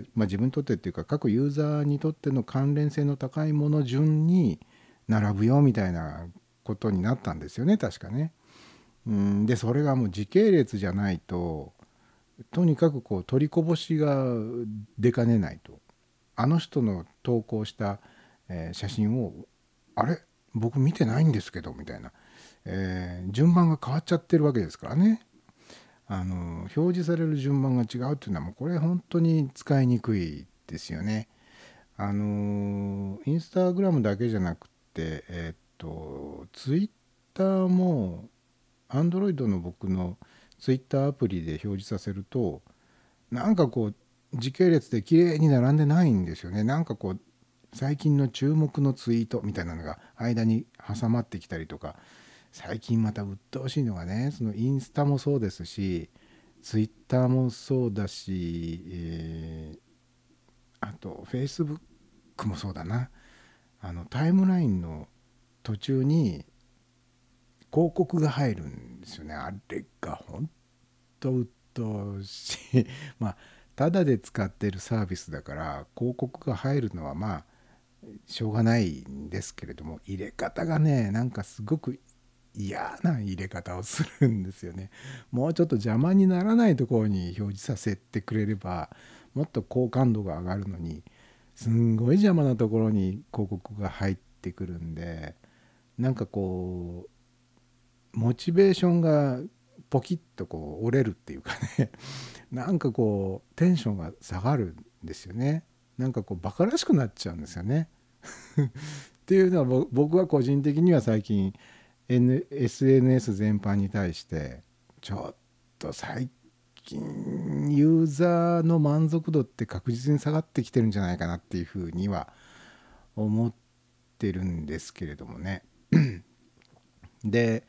まあ自分にとってっていうか各ユーザーにとっての関連性の高いもの順に並ぶよみたいなことになったんですよね、確かね。うんでそれがもう時系列じゃないととにかくこう取りこぼしが出かねないと。あの人の投稿した、えー写真をあれ僕見てないんですけどみたいな、えー順番が変わっちゃってるわけですからね。あの表示される順番が違うっていうのはもうこれ本当に使いにくいですよね。あのインスタグラムだけじゃなくてえーっとツイッターも Android の僕のツイッターアプリで表示させるとなんかこう時系列で綺麗に並んでないんですよね。なんかこう最近の注目のツイートみたいなのが間に挟まってきたりとか、最近また鬱陶しいのがね、そのインスタもそうですしツイッターもそうだし、えー、あとフェイスブックもそうだな、あのタイムラインの途中に広告が入るんですよね。あれが本当鬱陶しいまあただで使ってるサービスだから広告が入るのはまあしょうがないんですけれども、入れ方がねなんかすごく嫌な入れ方をするんですよね。もうちょっと邪魔にならないところに表示させてくれればもっと好感度が上がるのに、すんごい邪魔なところに広告が入ってくるんで、なんかこうモチベーションがポキッとこう折れるっていうかねなんかこうテンションが下がるんですよね。なんかこうバカらしくなっちゃうんですよねっていうのは僕は個人的には最近 Nエスエヌエス 全般に対してちょっと最近ユーザーの満足度って確実に下がってきてるんじゃないかなっていうふうには思ってるんですけれどもねで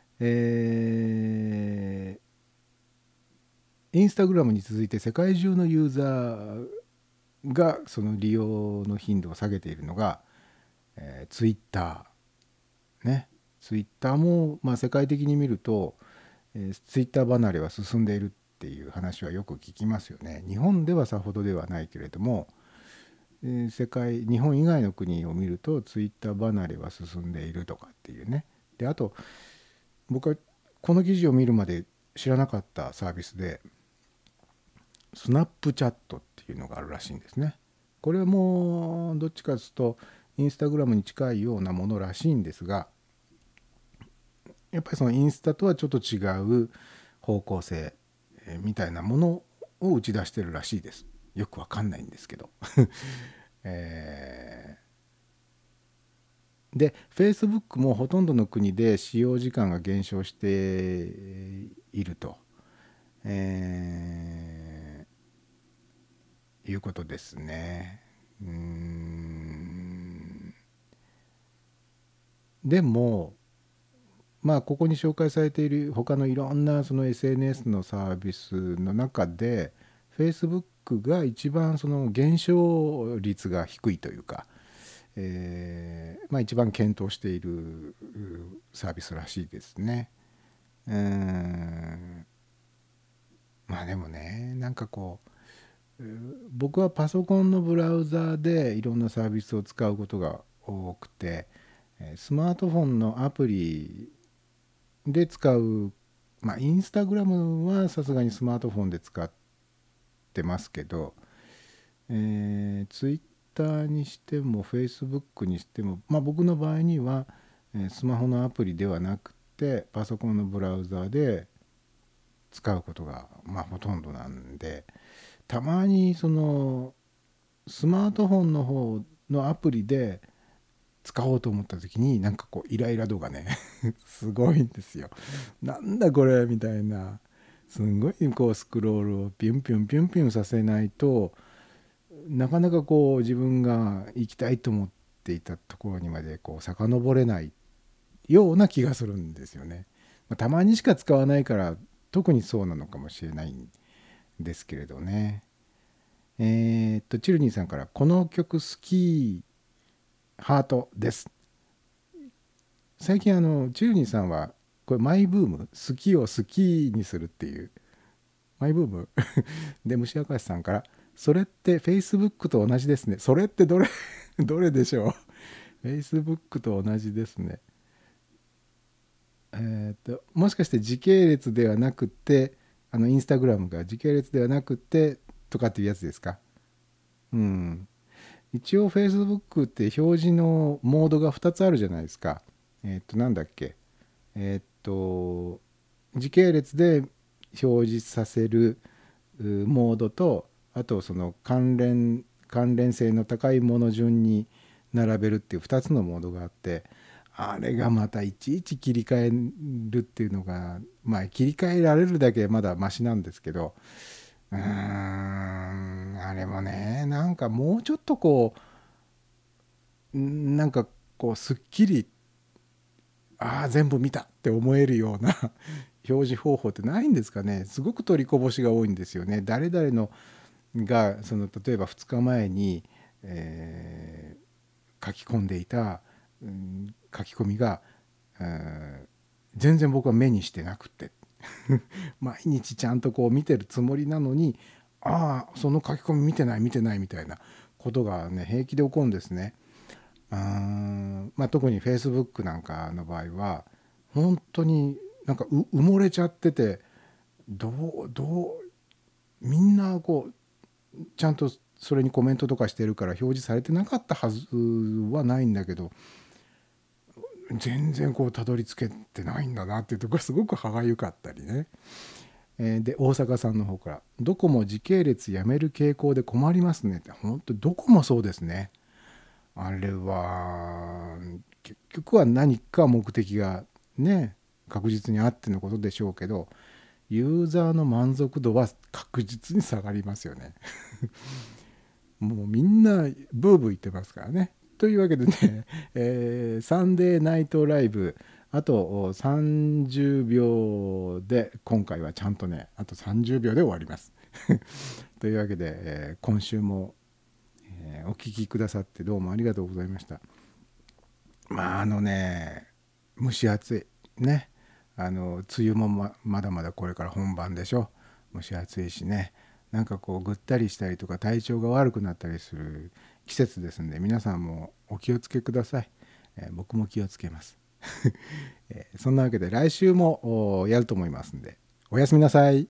えー、インスタグラムに続いて世界中のユーザーがその利用の頻度を下げているのが、えー、ツイッターね。ツイッターも、まあ、世界的に見ると、えー、ツイッター離れは進んでいるっていう話はよく聞きますよね。日本ではさほどではないけれども、えー、世界日本以外の国を見るとツイッター離れは進んでいるとかっていうね。であと僕はこの記事を見るまで知らなかったサービスでスナップチャットっていうのがあるらしいんですね。これはもうどっちかというとインスタグラムに近いようなものらしいんですが、やっぱりそのインスタとはちょっと違う方向性みたいなものを打ち出してるらしいです。よくわかんないんですけど、えーで Facebook もほとんどの国で使用時間が減少していると、えー、いうことですね。うーんでもまあここに紹介されている他のいろんなその エスエヌエス のサービスの中で Facebook が一番その減少率が低いというか、えーまあ、一番検討しているサービスらしいですね。うーんまあでもね、なんかこう僕はパソコンのブラウザでいろんなサービスを使うことが多くて、スマートフォンのアプリで使う、まあインスタグラムはさすがにスマートフォンで使ってますけど、えー、ツイッターにしても Facebook にしても、まあ、僕の場合には、えー、スマホのアプリではなくてパソコンのブラウザで使うことが、まあ、ほとんどなんで、たまにそのスマートフォンの方のアプリで使おうと思った時になんかこうイライラ度がねすごいんですよ。なんだこれみたいな、すんごいこうスクロールをピュンピュンピュンピュンさせないとなかなかこう自分が行きたいと思っていたところにまでこう遡れないような気がするんですよね。まあ、たまにしか使わないから特にそうなのかもしれないんですけれどね。えー、っとチルニーさんからこの曲好きハートです。最近あのチルニーさんはこれマイブーム、好きを好きにするっていうマイブームで、虫明石さんからそれって Facebook と同じですね。それってどれどれでしょう。 Facebook と同じですね。えー、っともしかして時系列ではなくて、あのインスタグラムが時系列ではなくてとかっていうやつですか。うん。一応 Facebook って表示のモードがふたつあるじゃないですか。えー、っとなんだっけ。えー、っと時系列で表示させるモードと、あとその関連関連性の高いもの順に並べるっていうふたつのモードがあって、あれがまたいちいち切り替えるっていうのが、まあ切り替えられるだけまだマシなんですけど、うーんあれもね、なんかもうちょっとこうなんかこうすっきり、ああ全部見たって思えるような表示方法ってないんですかね。すごく取りこぼしが多いんですよね。誰々のがその例えばふつかまえに、えー、書き込んでいた、うん、書き込みが、うん、全然僕は目にしてなくて毎日ちゃんとこう見てるつもりなのに、ああその書き込み見てない見てないみたいなことがね平気で起こるんですね。うーん、まあ、特に Facebook なんかの場合は本当になんかう埋もれちゃってて、どうどうみんなこうちゃんとそれにコメントとかしてるから表示されてなかったはずはないんだけど、全然こうたどり着けてないんだなっていうところすごく歯がゆかったりね。えー、で大阪さんの方からどこも時系列やめる傾向で困りますねって。本当どこもそうですね。あれは結局は何か目的がね確実にあってのことでしょうけど、ユーザーの満足度は確実に下がりますよねもうみんなブーブー言ってますからね。というわけでね、えー、サンデーナイトライブあとさんじゅうびょうで、今回はちゃんとねあとさんじゅうびょうで終わりますというわけで、えー、今週も、えー、お聞きくださってどうもありがとうございました。まああのね蒸し暑いね、あの梅雨も ま, まだまだこれから本番でしょ。蒸し暑いしね、なんかこうぐったりしたりとか体調が悪くなったりする季節ですんで、皆さんもお気をつけください。えー、僕も気をつけます、えー、そんなわけで来週もやると思いますんで、おやすみなさい。